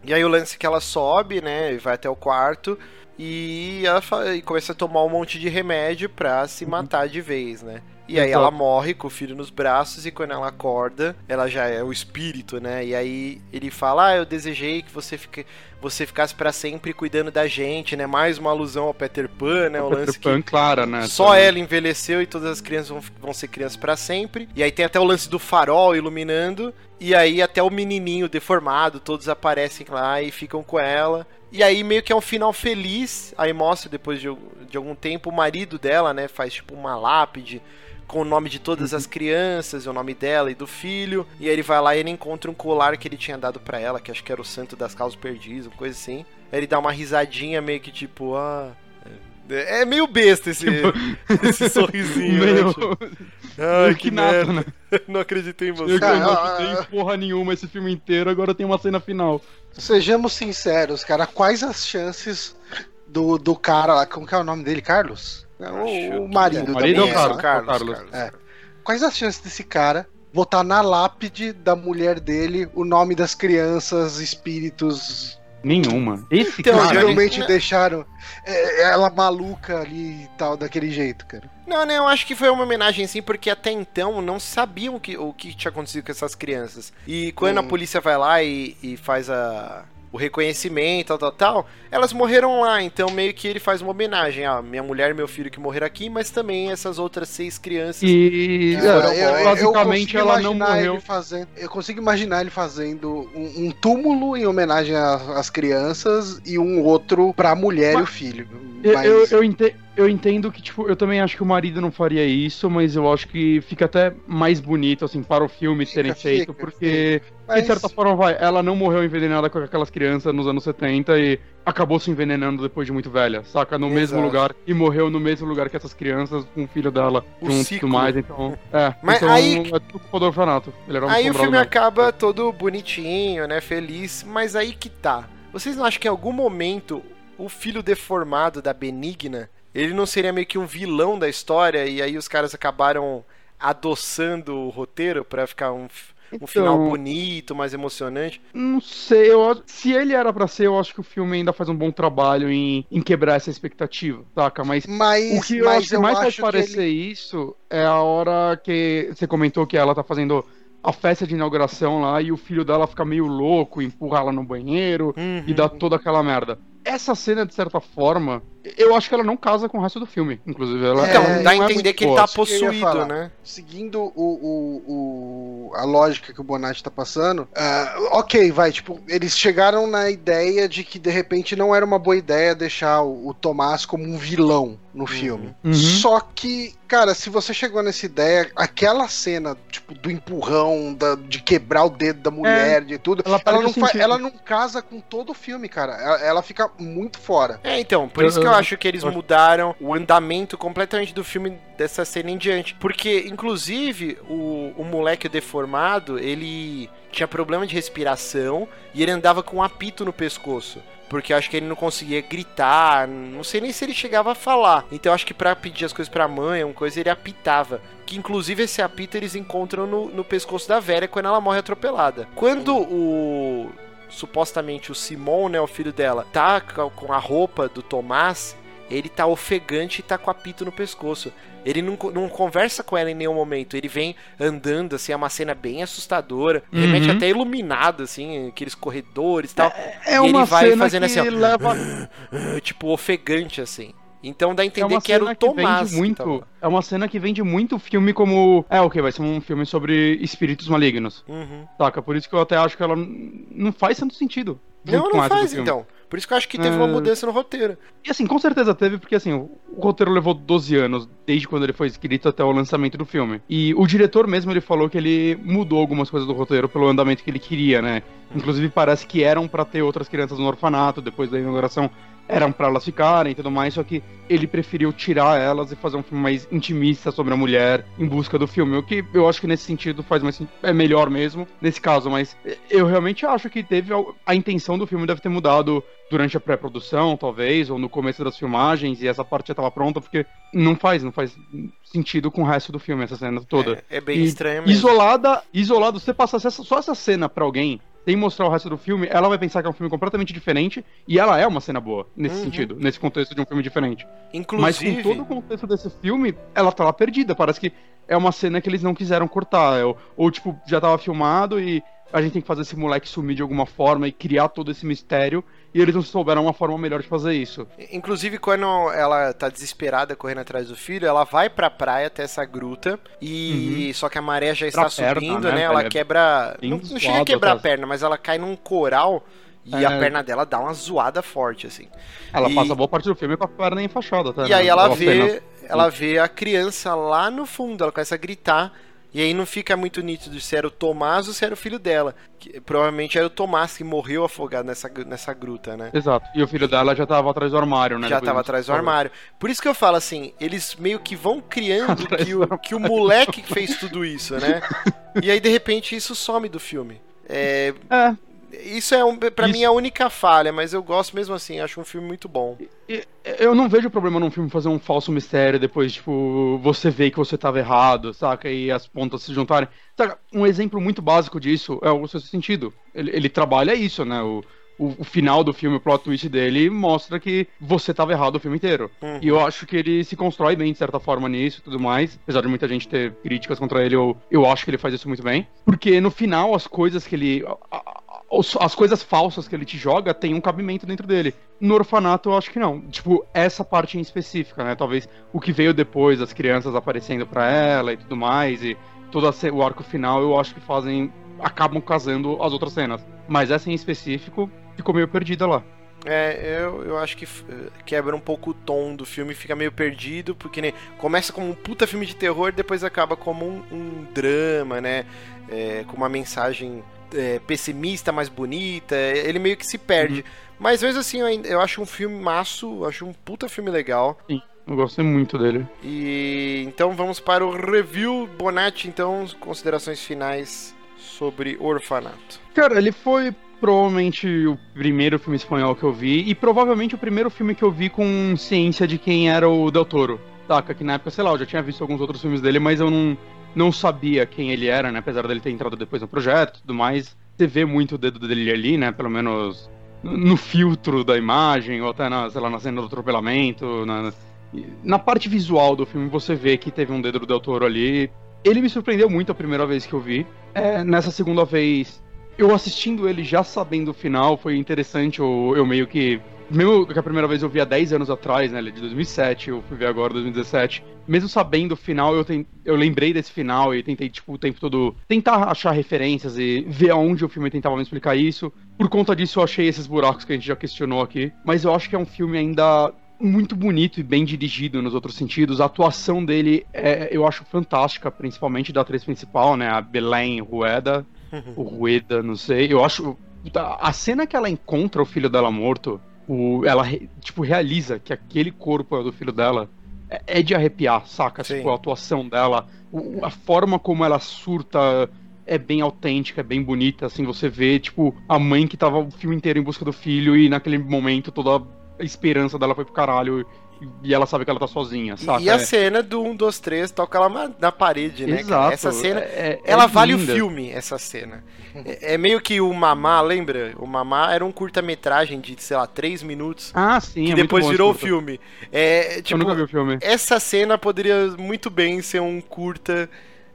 E aí o lance é que ela sobe, né, e vai até o quarto, e ela começa a tomar um monte de remédio pra se matar de vez, né. E aí ela morre com o filho nos braços, e quando ela acorda, ela já é o espírito, né? E aí ele fala, eu desejei que você ficasse pra sempre cuidando da gente, né? Mais uma alusão ao Peter Pan, né? O Peter lance Pan, que claro, né? só ela envelheceu e todas as crianças vão ser crianças pra sempre. E aí tem até o lance do farol iluminando, e aí até o menininho deformado, todos aparecem lá e ficam com ela. E aí meio que é um final feliz, aí mostra depois de algum tempo o marido dela, né? Faz tipo uma lápide com o nome de todas as crianças, o nome dela e do filho, e aí ele vai lá e ele encontra um colar que ele tinha dado pra ela, que acho que era o santo das causas perdidas, uma coisa assim. Aí ele dá uma risadinha meio que tipo, é meio besta esse sorrisinho, meio... né? Tipo, ai, que nada, merda, né? Não acreditei em você. Eu não acreditei em porra nenhuma esse filme inteiro, agora tem uma cena final. Sejamos sinceros, cara, quais as chances do cara lá, como que é o nome dele, Carlos? O marido da marido mulher, ou Carlos? Quais as chances desse cara botar na lápide da mulher dele o nome das crianças, espíritos? Nenhuma. Esse então, cara... realmente deixaram ela maluca ali e tal, daquele jeito, cara. Não, eu acho que foi uma homenagem sim, porque até então não sabiam o que tinha acontecido com essas crianças. E quando a polícia vai lá e faz o reconhecimento, tal, elas morreram lá, então meio que ele faz uma homenagem, minha mulher e meu filho que morreram aqui, mas também essas outras 6 crianças que foram basicamente ela não morreu. Eu consigo imaginar ele fazendo um túmulo em homenagem às crianças e um outro pra mulher e o filho. Eu entendo que, tipo, eu também acho que o marido não faria isso, mas eu acho que fica até mais bonito, assim, para o filme terem feito, porque, de certa forma, ela não morreu envenenada com aquelas crianças nos anos 70 e acabou se envenenando depois de muito velha, saca? No mesmo lugar, e morreu no mesmo lugar que essas crianças, com o filho dela, junto e tudo mais, então... Mas então, aí... é tudo culpa do orfanato. Ele era aí o filme acaba todo bonitinho, né, feliz, mas aí que tá. Vocês não acham que em algum momento o filho deformado da Benigna, ele não seria meio que um vilão da história, e aí os caras acabaram adoçando o roteiro pra ficar um final bonito, mais emocionante? Não sei, se ele era pra ser, eu acho que o filme ainda faz um bom trabalho em quebrar essa expectativa, saca? Mas o que eu acho que mais pode parecer isso é a hora que você comentou que ela tá fazendo a festa de inauguração lá e o filho dela fica meio louco, empurra ela no banheiro e dá toda aquela merda. Essa cena, de certa forma, eu acho que ela não casa com o resto do filme, inclusive. Ela dá a entender que ele tá possuído, né? Seguindo a lógica que o Bonatti tá passando, ok, tipo, eles chegaram na ideia de que, de repente, não era uma boa ideia deixar o Tomás como um vilão no filme. Só que, cara, se você chegou nessa ideia, aquela cena, tipo, do empurrão, de quebrar o dedo da mulher, de tudo, ela não casa com todo o filme, cara. Ela fica muito fora. Então, por isso que eu acho que eles mudaram o andamento completamente do filme dessa cena em diante. Porque, inclusive, o moleque deformado, ele tinha problema de respiração e ele andava com um apito no pescoço. Porque eu acho que ele não conseguia gritar, não sei nem se ele chegava a falar. Então eu acho que pra pedir as coisas pra mãe, uma coisa, ele apitava. Que inclusive esse apito eles encontram no pescoço da Vera quando ela morre atropelada. Quando supostamente o Simon, né, o filho dela, tá com a roupa do Tomás, ele tá ofegante e tá com apito no pescoço. Ele não conversa com ela em nenhum momento. Ele vem andando, assim, é uma cena bem assustadora. Remete até iluminado, assim, aqueles corredores e tal. E uma ele vai fazendo assim, ó, leva... tipo, ofegante, assim. Então dá a entender que era o Tomás. É uma cena que vende muito o filme como... vai ser um filme sobre espíritos malignos. Saca? Por isso que eu até acho que ela não faz tanto sentido. Não faz, então. Por isso que eu acho que teve uma mudança no roteiro. E assim, com certeza teve, porque assim, o roteiro levou 12 anos, desde quando ele foi escrito até o lançamento do filme. E o diretor mesmo, ele falou que ele mudou algumas coisas do roteiro pelo andamento que ele queria, né? Inclusive parece que eram pra ter outras crianças no orfanato, depois da inauguração eram pra elas ficarem e tudo mais, só que ele preferiu tirar elas e fazer um filme mais intimista sobre a mulher em busca do filme, o que eu acho que nesse sentido é melhor mesmo, nesse caso, mas eu realmente acho que teve a intenção do filme deve ter mudado durante a pré-produção, talvez, ou no começo das filmagens, e essa parte já estava pronta, porque não faz sentido com o resto do filme, essa cena toda. É bem estranho mesmo. Isolado, você passa só essa cena pra alguém, sem mostrar o resto do filme, ela vai pensar que é um filme completamente diferente, e ela é uma cena boa, nesse sentido, nesse contexto de um filme diferente. Inclusive... Mas com todo o contexto desse filme, ela tá lá perdida, parece que é uma cena que eles não quiseram cortar, ou tipo, já tava filmado e a gente tem que fazer esse moleque sumir de alguma forma e criar todo esse mistério, e eles não souberam uma forma melhor de fazer isso. Inclusive, quando ela tá desesperada correndo atrás do filho, ela vai pra praia até essa gruta, e só que a maré já está subindo, né? Ela quebra... Não chega a quebrar a perna, mas ela cai num coral e a perna dela dá uma zoada forte, assim. Ela passa boa parte do filme com a perna enfaixada, tá? E aí ela vê a criança lá no fundo, ela começa a gritar. E aí não fica muito nítido se era o Tomás ou se era o filho dela. Que, provavelmente era o Tomás que morreu afogado nessa gruta, né? Exato. E o filho dela já tava atrás do armário, né? Já tava atrás do armário. Por isso que eu falo assim, eles meio que vão criando que o moleque fez tudo isso, né? E aí, de repente, isso some do filme. Isso pra mim é a única falha, mas eu gosto mesmo assim, acho um filme muito bom. Eu não vejo problema num filme fazer um falso mistério, depois, tipo, você vê que você tava errado, saca? E as pontas se juntarem. Saca? Um exemplo muito básico disso é o Sexto Sentido. Ele trabalha isso, né? O final do filme, o plot twist dele, mostra que você tava errado o filme inteiro. E eu acho que ele se constrói bem, de certa forma, nisso e tudo mais. Apesar de muita gente ter críticas contra ele, eu acho que ele faz isso muito bem. Porque no final, as coisas que ele... As coisas falsas que ele te joga tem um cabimento dentro dele. No Orfanato, eu acho que não. Tipo, essa parte em específica, né? Talvez o que veio depois, as crianças aparecendo pra ela e tudo mais, e todo o arco final, eu acho que acabam casando as outras cenas. Mas essa em específico ficou meio perdida lá. Eu acho que quebra um pouco o tom do filme, fica meio perdido, porque começa como um puta filme de terror, depois acaba como um drama, né? Com uma mensagem pessimista, mais bonita, ele meio que se perde. Mas mesmo assim, eu acho um filme maço, acho um puta filme legal. Sim, eu gostei muito dele. E então vamos para o review. Bonatti, então, considerações finais sobre Orfanato. Cara, ele foi provavelmente o primeiro filme espanhol que eu vi, e provavelmente o primeiro filme que eu vi com ciência de quem era o Del Toro. Saca, que na época, sei lá, eu já tinha visto alguns outros filmes dele, mas eu não sabia quem ele era, né? Apesar dele ter entrado depois no projeto e tudo mais. Você vê muito o dedo dele ali, né? Pelo menos no filtro da imagem, ou até na cena do atropelamento. Na parte visual do filme, você vê que teve um dedo do Del Toro ali. Ele me surpreendeu muito a primeira vez que eu vi. Nessa segunda vez, eu assistindo ele já sabendo o final, foi interessante. Eu meio que... Mesmo que a primeira vez eu vi há 10 anos atrás, né, de 2007, eu fui ver agora, 2017. Mesmo sabendo o final, eu lembrei desse final e tentei, tipo, o tempo todo tentar achar referências e ver aonde o filme tentava me explicar isso. Por conta disso, eu achei esses buracos que a gente já questionou aqui. Mas eu acho que é um filme ainda muito bonito e bem dirigido nos outros sentidos. A atuação dele, eu acho fantástica, principalmente da atriz principal, né, a Belén Rueda, ou Rueda, não sei. Eu acho... A cena que ela encontra o filho dela morto... ela, tipo, realiza que aquele corpo é do filho dela, é de arrepiar, saca? Tipo, a atuação dela, a forma como ela surta é bem autêntica, é bem bonita, assim, você vê, tipo, a mãe que tava o filme inteiro em busca do filho e naquele momento toda a esperança dela foi pro caralho e ela sabe que ela tá sozinha, saca? E a cena do 1, 2, 3 toca lá na parede, né? Exato. Essa cena, ela vale linda. O filme, essa cena. É meio que o Mamá, lembra? O Mamá era um curta-metragem de, sei lá, 3 minutos. Ah, sim, que depois virou o filme. Tipo, eu nunca vi o filme. Essa cena poderia muito bem ser um curta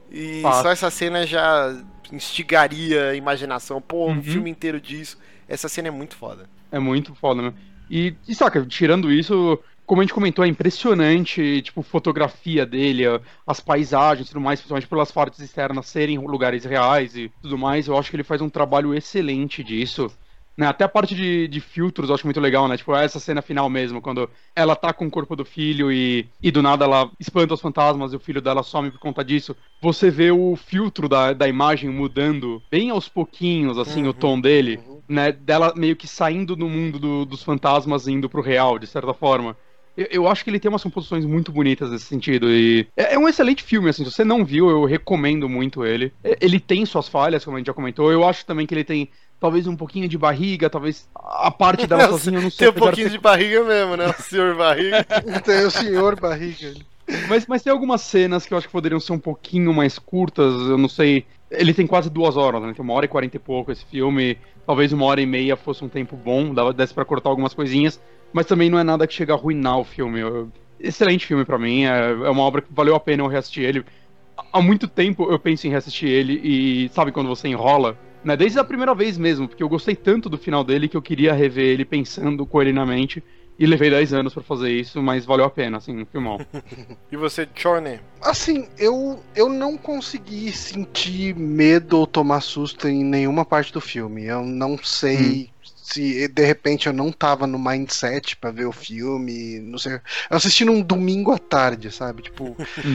e só essa cena já instigaria a imaginação. Pô, um filme inteiro disso. Essa cena é muito foda. É muito foda, né? E saca, tirando isso... Como a gente comentou, é impressionante, tipo, fotografia dele, as paisagens e tudo mais, principalmente pelas partes externas serem lugares reais e tudo mais. Eu acho que ele faz um trabalho excelente disso. Né? Até a parte de filtros eu acho muito legal, né? Tipo, essa cena final mesmo, quando ela tá com o corpo do filho e do nada ela espanta os fantasmas e o filho dela some por conta disso. Você vê o filtro da imagem mudando bem aos pouquinhos, assim, o tom dele, né? Dela meio que saindo do mundo dos fantasmas e indo pro real, de certa forma. Eu acho que ele tem umas composições muito bonitas nesse sentido e é um excelente filme, assim, se você não viu, eu recomendo muito ele. Ele tem suas falhas, como a gente já comentou, eu acho também que ele tem talvez um pouquinho de barriga, talvez a parte dela sozinha, eu não sei. Tem um pouquinho de barriga mesmo, né, o senhor barriga. Tem o senhor barriga. Mas tem algumas cenas que eu acho que poderiam ser um pouquinho mais curtas, eu não sei, Ele tem quase 2 horas, né? Tem 1h40 e pouco esse filme. Talvez 1h30 fosse um tempo bom, desse pra cortar algumas coisinhas. Mas também não é nada que chega a arruinar o filme. Excelente filme pra mim. É uma obra que valeu a pena eu reassistir ele. Há muito tempo eu penso em reassistir ele e sabe quando você enrola? Né? Desde a primeira vez mesmo, porque eu gostei tanto do final dele que eu queria rever ele pensando com ele na mente. E levei 10 anos pra fazer isso, mas valeu a pena, assim, no filmão. E você, Johnny? Assim, eu não consegui sentir medo ou tomar susto em nenhuma parte do filme. Eu não sei se, de repente, eu não tava no mindset pra ver o filme, não sei. Eu assisti num domingo à tarde, sabe? Tipo,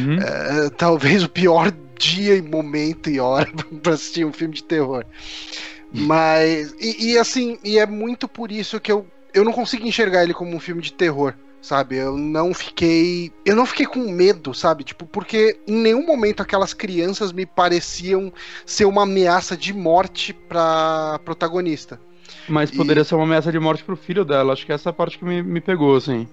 talvez o pior dia e momento e hora pra assistir um filme de terror. Mas, assim, é muito por isso que eu não consigo enxergar ele como um filme de terror, sabe? Eu não fiquei com medo, sabe? Tipo, porque em nenhum momento aquelas crianças me pareciam ser uma ameaça de morte pra protagonista. Mas poderia ser uma ameaça de morte pro filho dela. Acho que essa é a parte que me pegou, assim.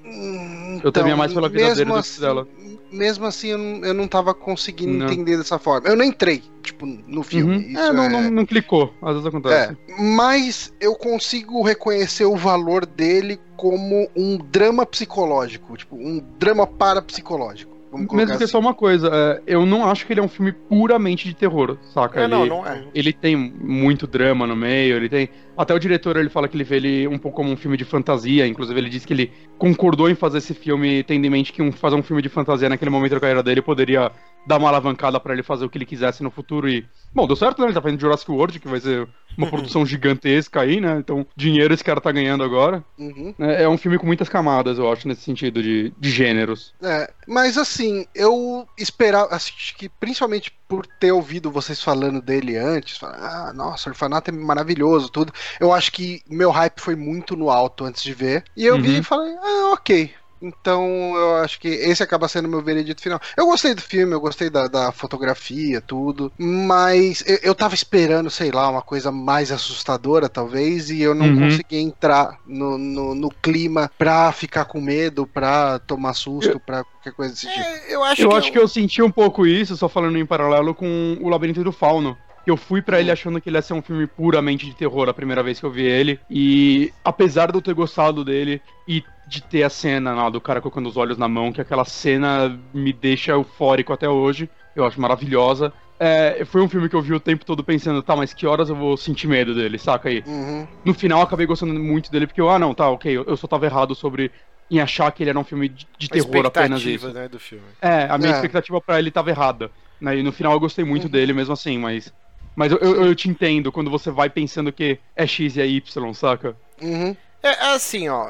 Eu temia mais pela vida dele do que dela. Mesmo assim, eu não tava conseguindo entender dessa forma. Eu não entrei, tipo, no filme. Isso não clicou. Às vezes acontece. Mas eu consigo reconhecer o valor dele como um drama psicológico. Tipo, um drama parapsicológico. Mesmo que é só uma coisa, eu não acho que ele é um filme puramente de terror, saca? Não é. Ele tem muito drama no meio, ele tem... Até o diretor, ele fala que ele vê ele um pouco como um filme de fantasia, inclusive ele disse que ele concordou em fazer esse filme, tendo em mente que fazer um filme de fantasia naquele momento da carreira dele poderia dar uma alavancada pra ele fazer o que ele quisesse no futuro e... Bom, deu certo, né? Ele tá fazendo Jurassic World, que vai ser uma produção gigantesca aí, né? Então, dinheiro esse cara tá ganhando agora. É um filme com muitas camadas, eu acho, nesse sentido de gêneros. Mas assim, eu esperava, acho que principalmente por ter ouvido vocês falando dele antes, nossa, o Orfanato é maravilhoso, tudo. Eu acho que meu hype foi muito no alto antes de ver. E eu vi e falei, ok. Então eu acho que esse acaba sendo o meu veredito final. Eu gostei do filme, eu gostei da fotografia, tudo. Mas eu tava esperando, sei lá, uma coisa mais assustadora, talvez. E eu não consegui entrar no clima pra ficar com medo, pra tomar susto, pra qualquer coisa desse tipo. Eu acho que eu senti um pouco isso, só falando em paralelo com O Labirinto do Fauno. Eu fui pra ele achando que ele ia ser um filme puramente de terror a primeira vez que eu vi ele. E apesar de eu ter gostado dele e de ter a cena lá do cara colocando os olhos na mão, que aquela cena me deixa eufórico até hoje, eu acho maravilhosa. Foi um filme que eu vi o tempo todo pensando, tá, mas que horas eu vou sentir medo dele, saca aí? No final eu acabei gostando muito dele, porque eu só tava errado em achar que ele era um filme de terror apenas isso. Né, do filme. A minha expectativa pra ele tava errada. Né, e no final eu gostei muito dele mesmo assim, mas eu te entendo quando você vai pensando que é X e é Y, saca? Assim, ó,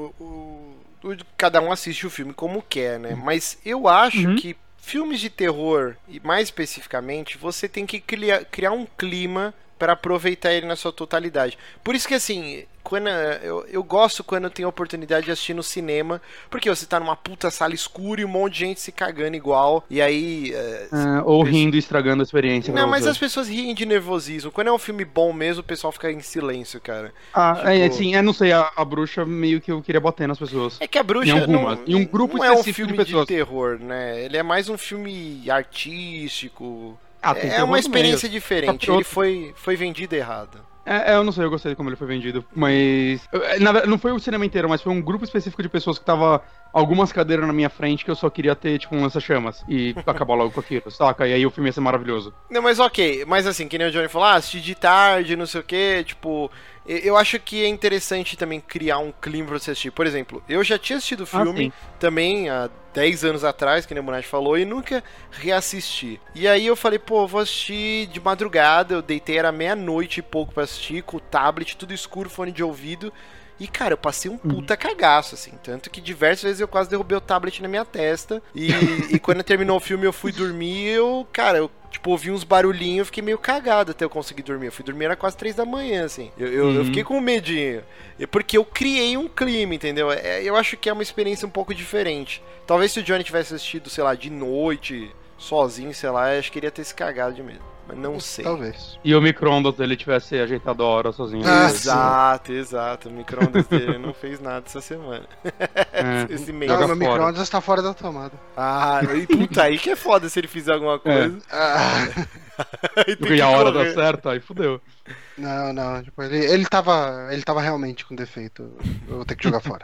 cada um assiste o filme como quer, né? Mas eu acho que filmes de terror, e mais especificamente, você tem que criar um clima para aproveitar ele na sua totalidade. Por isso que, assim, quando eu gosto quando tem a oportunidade de assistir no cinema, porque você tá numa puta sala escura e um monte de gente se cagando igual, e aí... ou rindo e estragando a experiência. Não, mas as pessoas riem de nervosismo. Quando é um filme bom mesmo, o pessoal fica em silêncio, cara. Não sei, a Bruxa meio que eu queria bater nas pessoas. É que a Bruxa em um grupo não é um filme de terror, né? Ele é mais um filme artístico... tem uma experiência diferente. Ele foi vendido errado. Eu não sei, eu gostei de como ele foi vendido, mas... não foi o cinema inteiro, mas foi um grupo específico de pessoas que tava algumas cadeiras na minha frente que eu só queria ter, tipo, um lança-chamas e acabar logo com aquilo, saca? E aí o filme ia ser maravilhoso. Não, mas ok. Mas assim, que nem o Johnny falou, assistir de tarde, não sei o quê, tipo... Eu acho que é interessante também criar um clima pra você assistir. Por exemplo, eu já tinha assistido o filme também há 10 anos atrás, que nem o Bonatti falou, e nunca reassisti. E aí eu falei, vou assistir de madrugada, eu deitei, era 00:30 e pouco pra assistir, com o tablet, tudo escuro, fone de ouvido. E, cara, eu passei um puta cagaço, assim. Tanto que diversas vezes eu quase derrubei o tablet na minha testa. E quando terminou o filme eu fui dormir, eu ouvi uns barulhinhos, eu fiquei meio cagado até eu conseguir dormir. Eu fui dormir, era quase 3 da manhã, assim. Eu fiquei com medinho. Porque eu criei um clima, entendeu? Eu acho que é uma experiência um pouco diferente. Talvez se o Johnny tivesse assistido, sei lá, de noite, sozinho, sei lá, eu acho que ele ia ter se cagado de medo. Mas não sei. Talvez. E o micro-ondas dele tivesse ajeitado a hora sozinho. Exato. O micro-ondas dele não fez nada essa semana. Esse mês. Não, meu micro-ondas tá fora da tomada. E puta, aí que é foda se ele fizer alguma coisa. E a hora dá certo, aí fudeu. Não, tipo, ele tava realmente com defeito. Eu vou ter que jogar fora.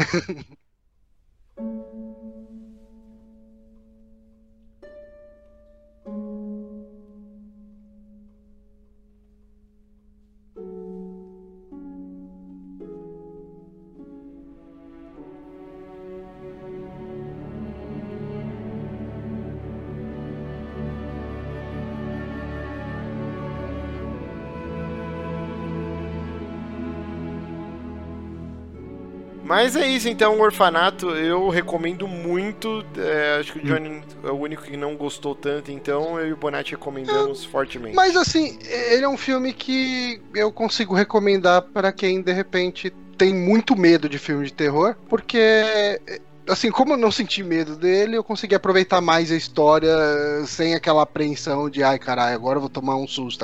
Mas é isso, então, o Orfanato eu recomendo muito. Acho que o Johnny é o único que não gostou tanto, então eu e o Bonatti recomendamos fortemente. Mas assim, ele é um filme que eu consigo recomendar para quem de repente tem muito medo de filme de terror, porque assim, como eu não senti medo dele, eu consegui aproveitar mais a história sem aquela apreensão de ai caralho, agora eu vou tomar um susto.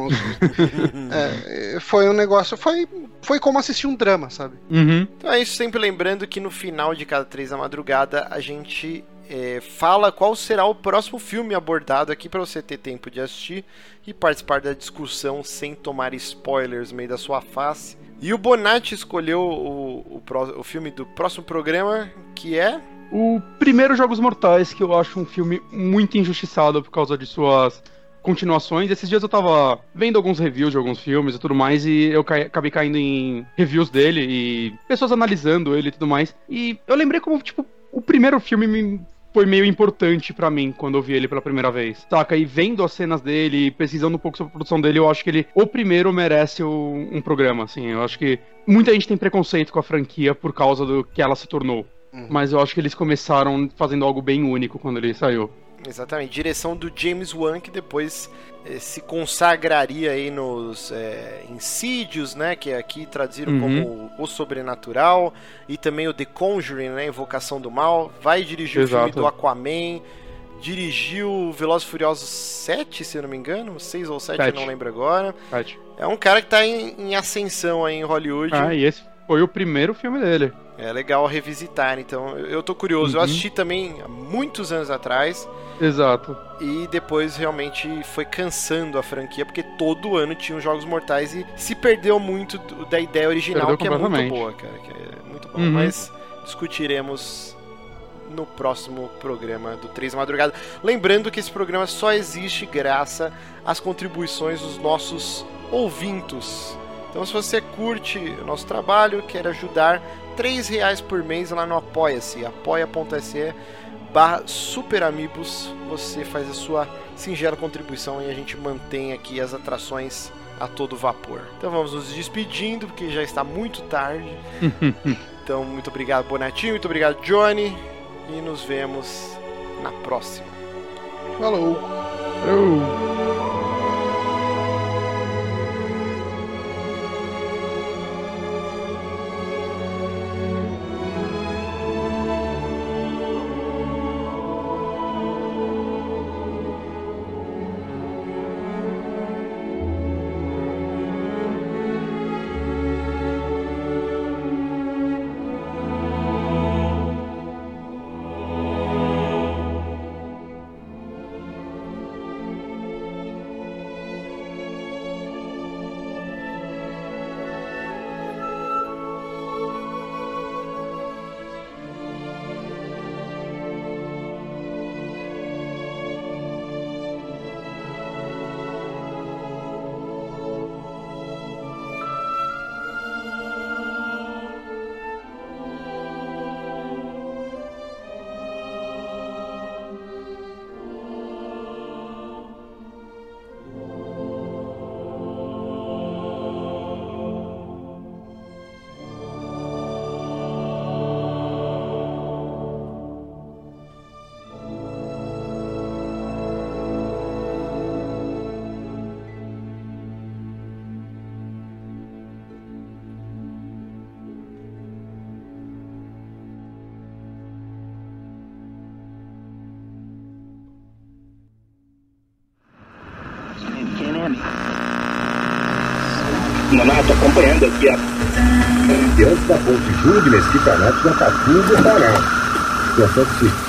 Foi um negócio, foi como assistir um drama, sabe? Então é isso, sempre lembrando que no final de cada 3 da madrugada a gente fala qual será o próximo filme abordado aqui para você ter tempo de assistir e participar da discussão sem tomar spoilers no meio da sua face. E o Bonatti escolheu o filme do próximo programa, que é... O primeiro Jogos Mortais, que eu acho um filme muito injustiçado por causa de suas continuações. Esses dias eu tava vendo alguns reviews de alguns filmes e tudo mais, e eu acabei caindo em reviews dele e pessoas analisando ele e tudo mais. E eu lembrei como, tipo, o primeiro filme foi meio importante pra mim quando eu vi ele pela primeira vez, saca? E vendo as cenas dele, pesquisando um pouco sobre a produção dele, eu acho que ele, o primeiro, merece um programa, assim. Eu acho que muita gente tem preconceito com a franquia por causa do que ela se tornou. Mas eu acho que eles começaram fazendo algo bem único quando ele saiu. Exatamente, direção do James Wan, que depois se consagraria aí nos Insídios, né, que aqui traduziram como O Sobrenatural, e também o The Conjuring, né, Invocação do Mal. Vai dirigir o filme do Aquaman, dirigiu Velozes e Furiosos 7, se eu não me engano, 6 ou 7, eu não lembro agora. 7. É um cara que tá em ascensão aí em Hollywood. E esse foi o primeiro filme dele. É legal revisitar, então eu tô curioso. Eu assisti também há muitos anos atrás. Exato. E depois realmente foi cansando a franquia, porque todo ano tinha os Jogos Mortais e se perdeu muito da ideia original, que é muito boa, cara. Que é muito bom, mas discutiremos no próximo programa do 3 da Madrugada. Lembrando que esse programa só existe graças às contribuições dos nossos ouvintos. Então, se você curte o nosso trabalho, quer ajudar, R$3 por mês lá no Apoia-se, apoia.se/superamigos, você faz a sua singela contribuição e a gente mantém aqui as atrações a todo vapor. Então vamos nos despedindo, porque já está muito tarde. Então, muito obrigado, Bonatinho, muito obrigado, Johnny, e nos vemos na próxima. Falou! Nonato, acompanhando aqui a... Diante da ponte Júlio de Mesquita Neto, já está tudo parado. Situação que se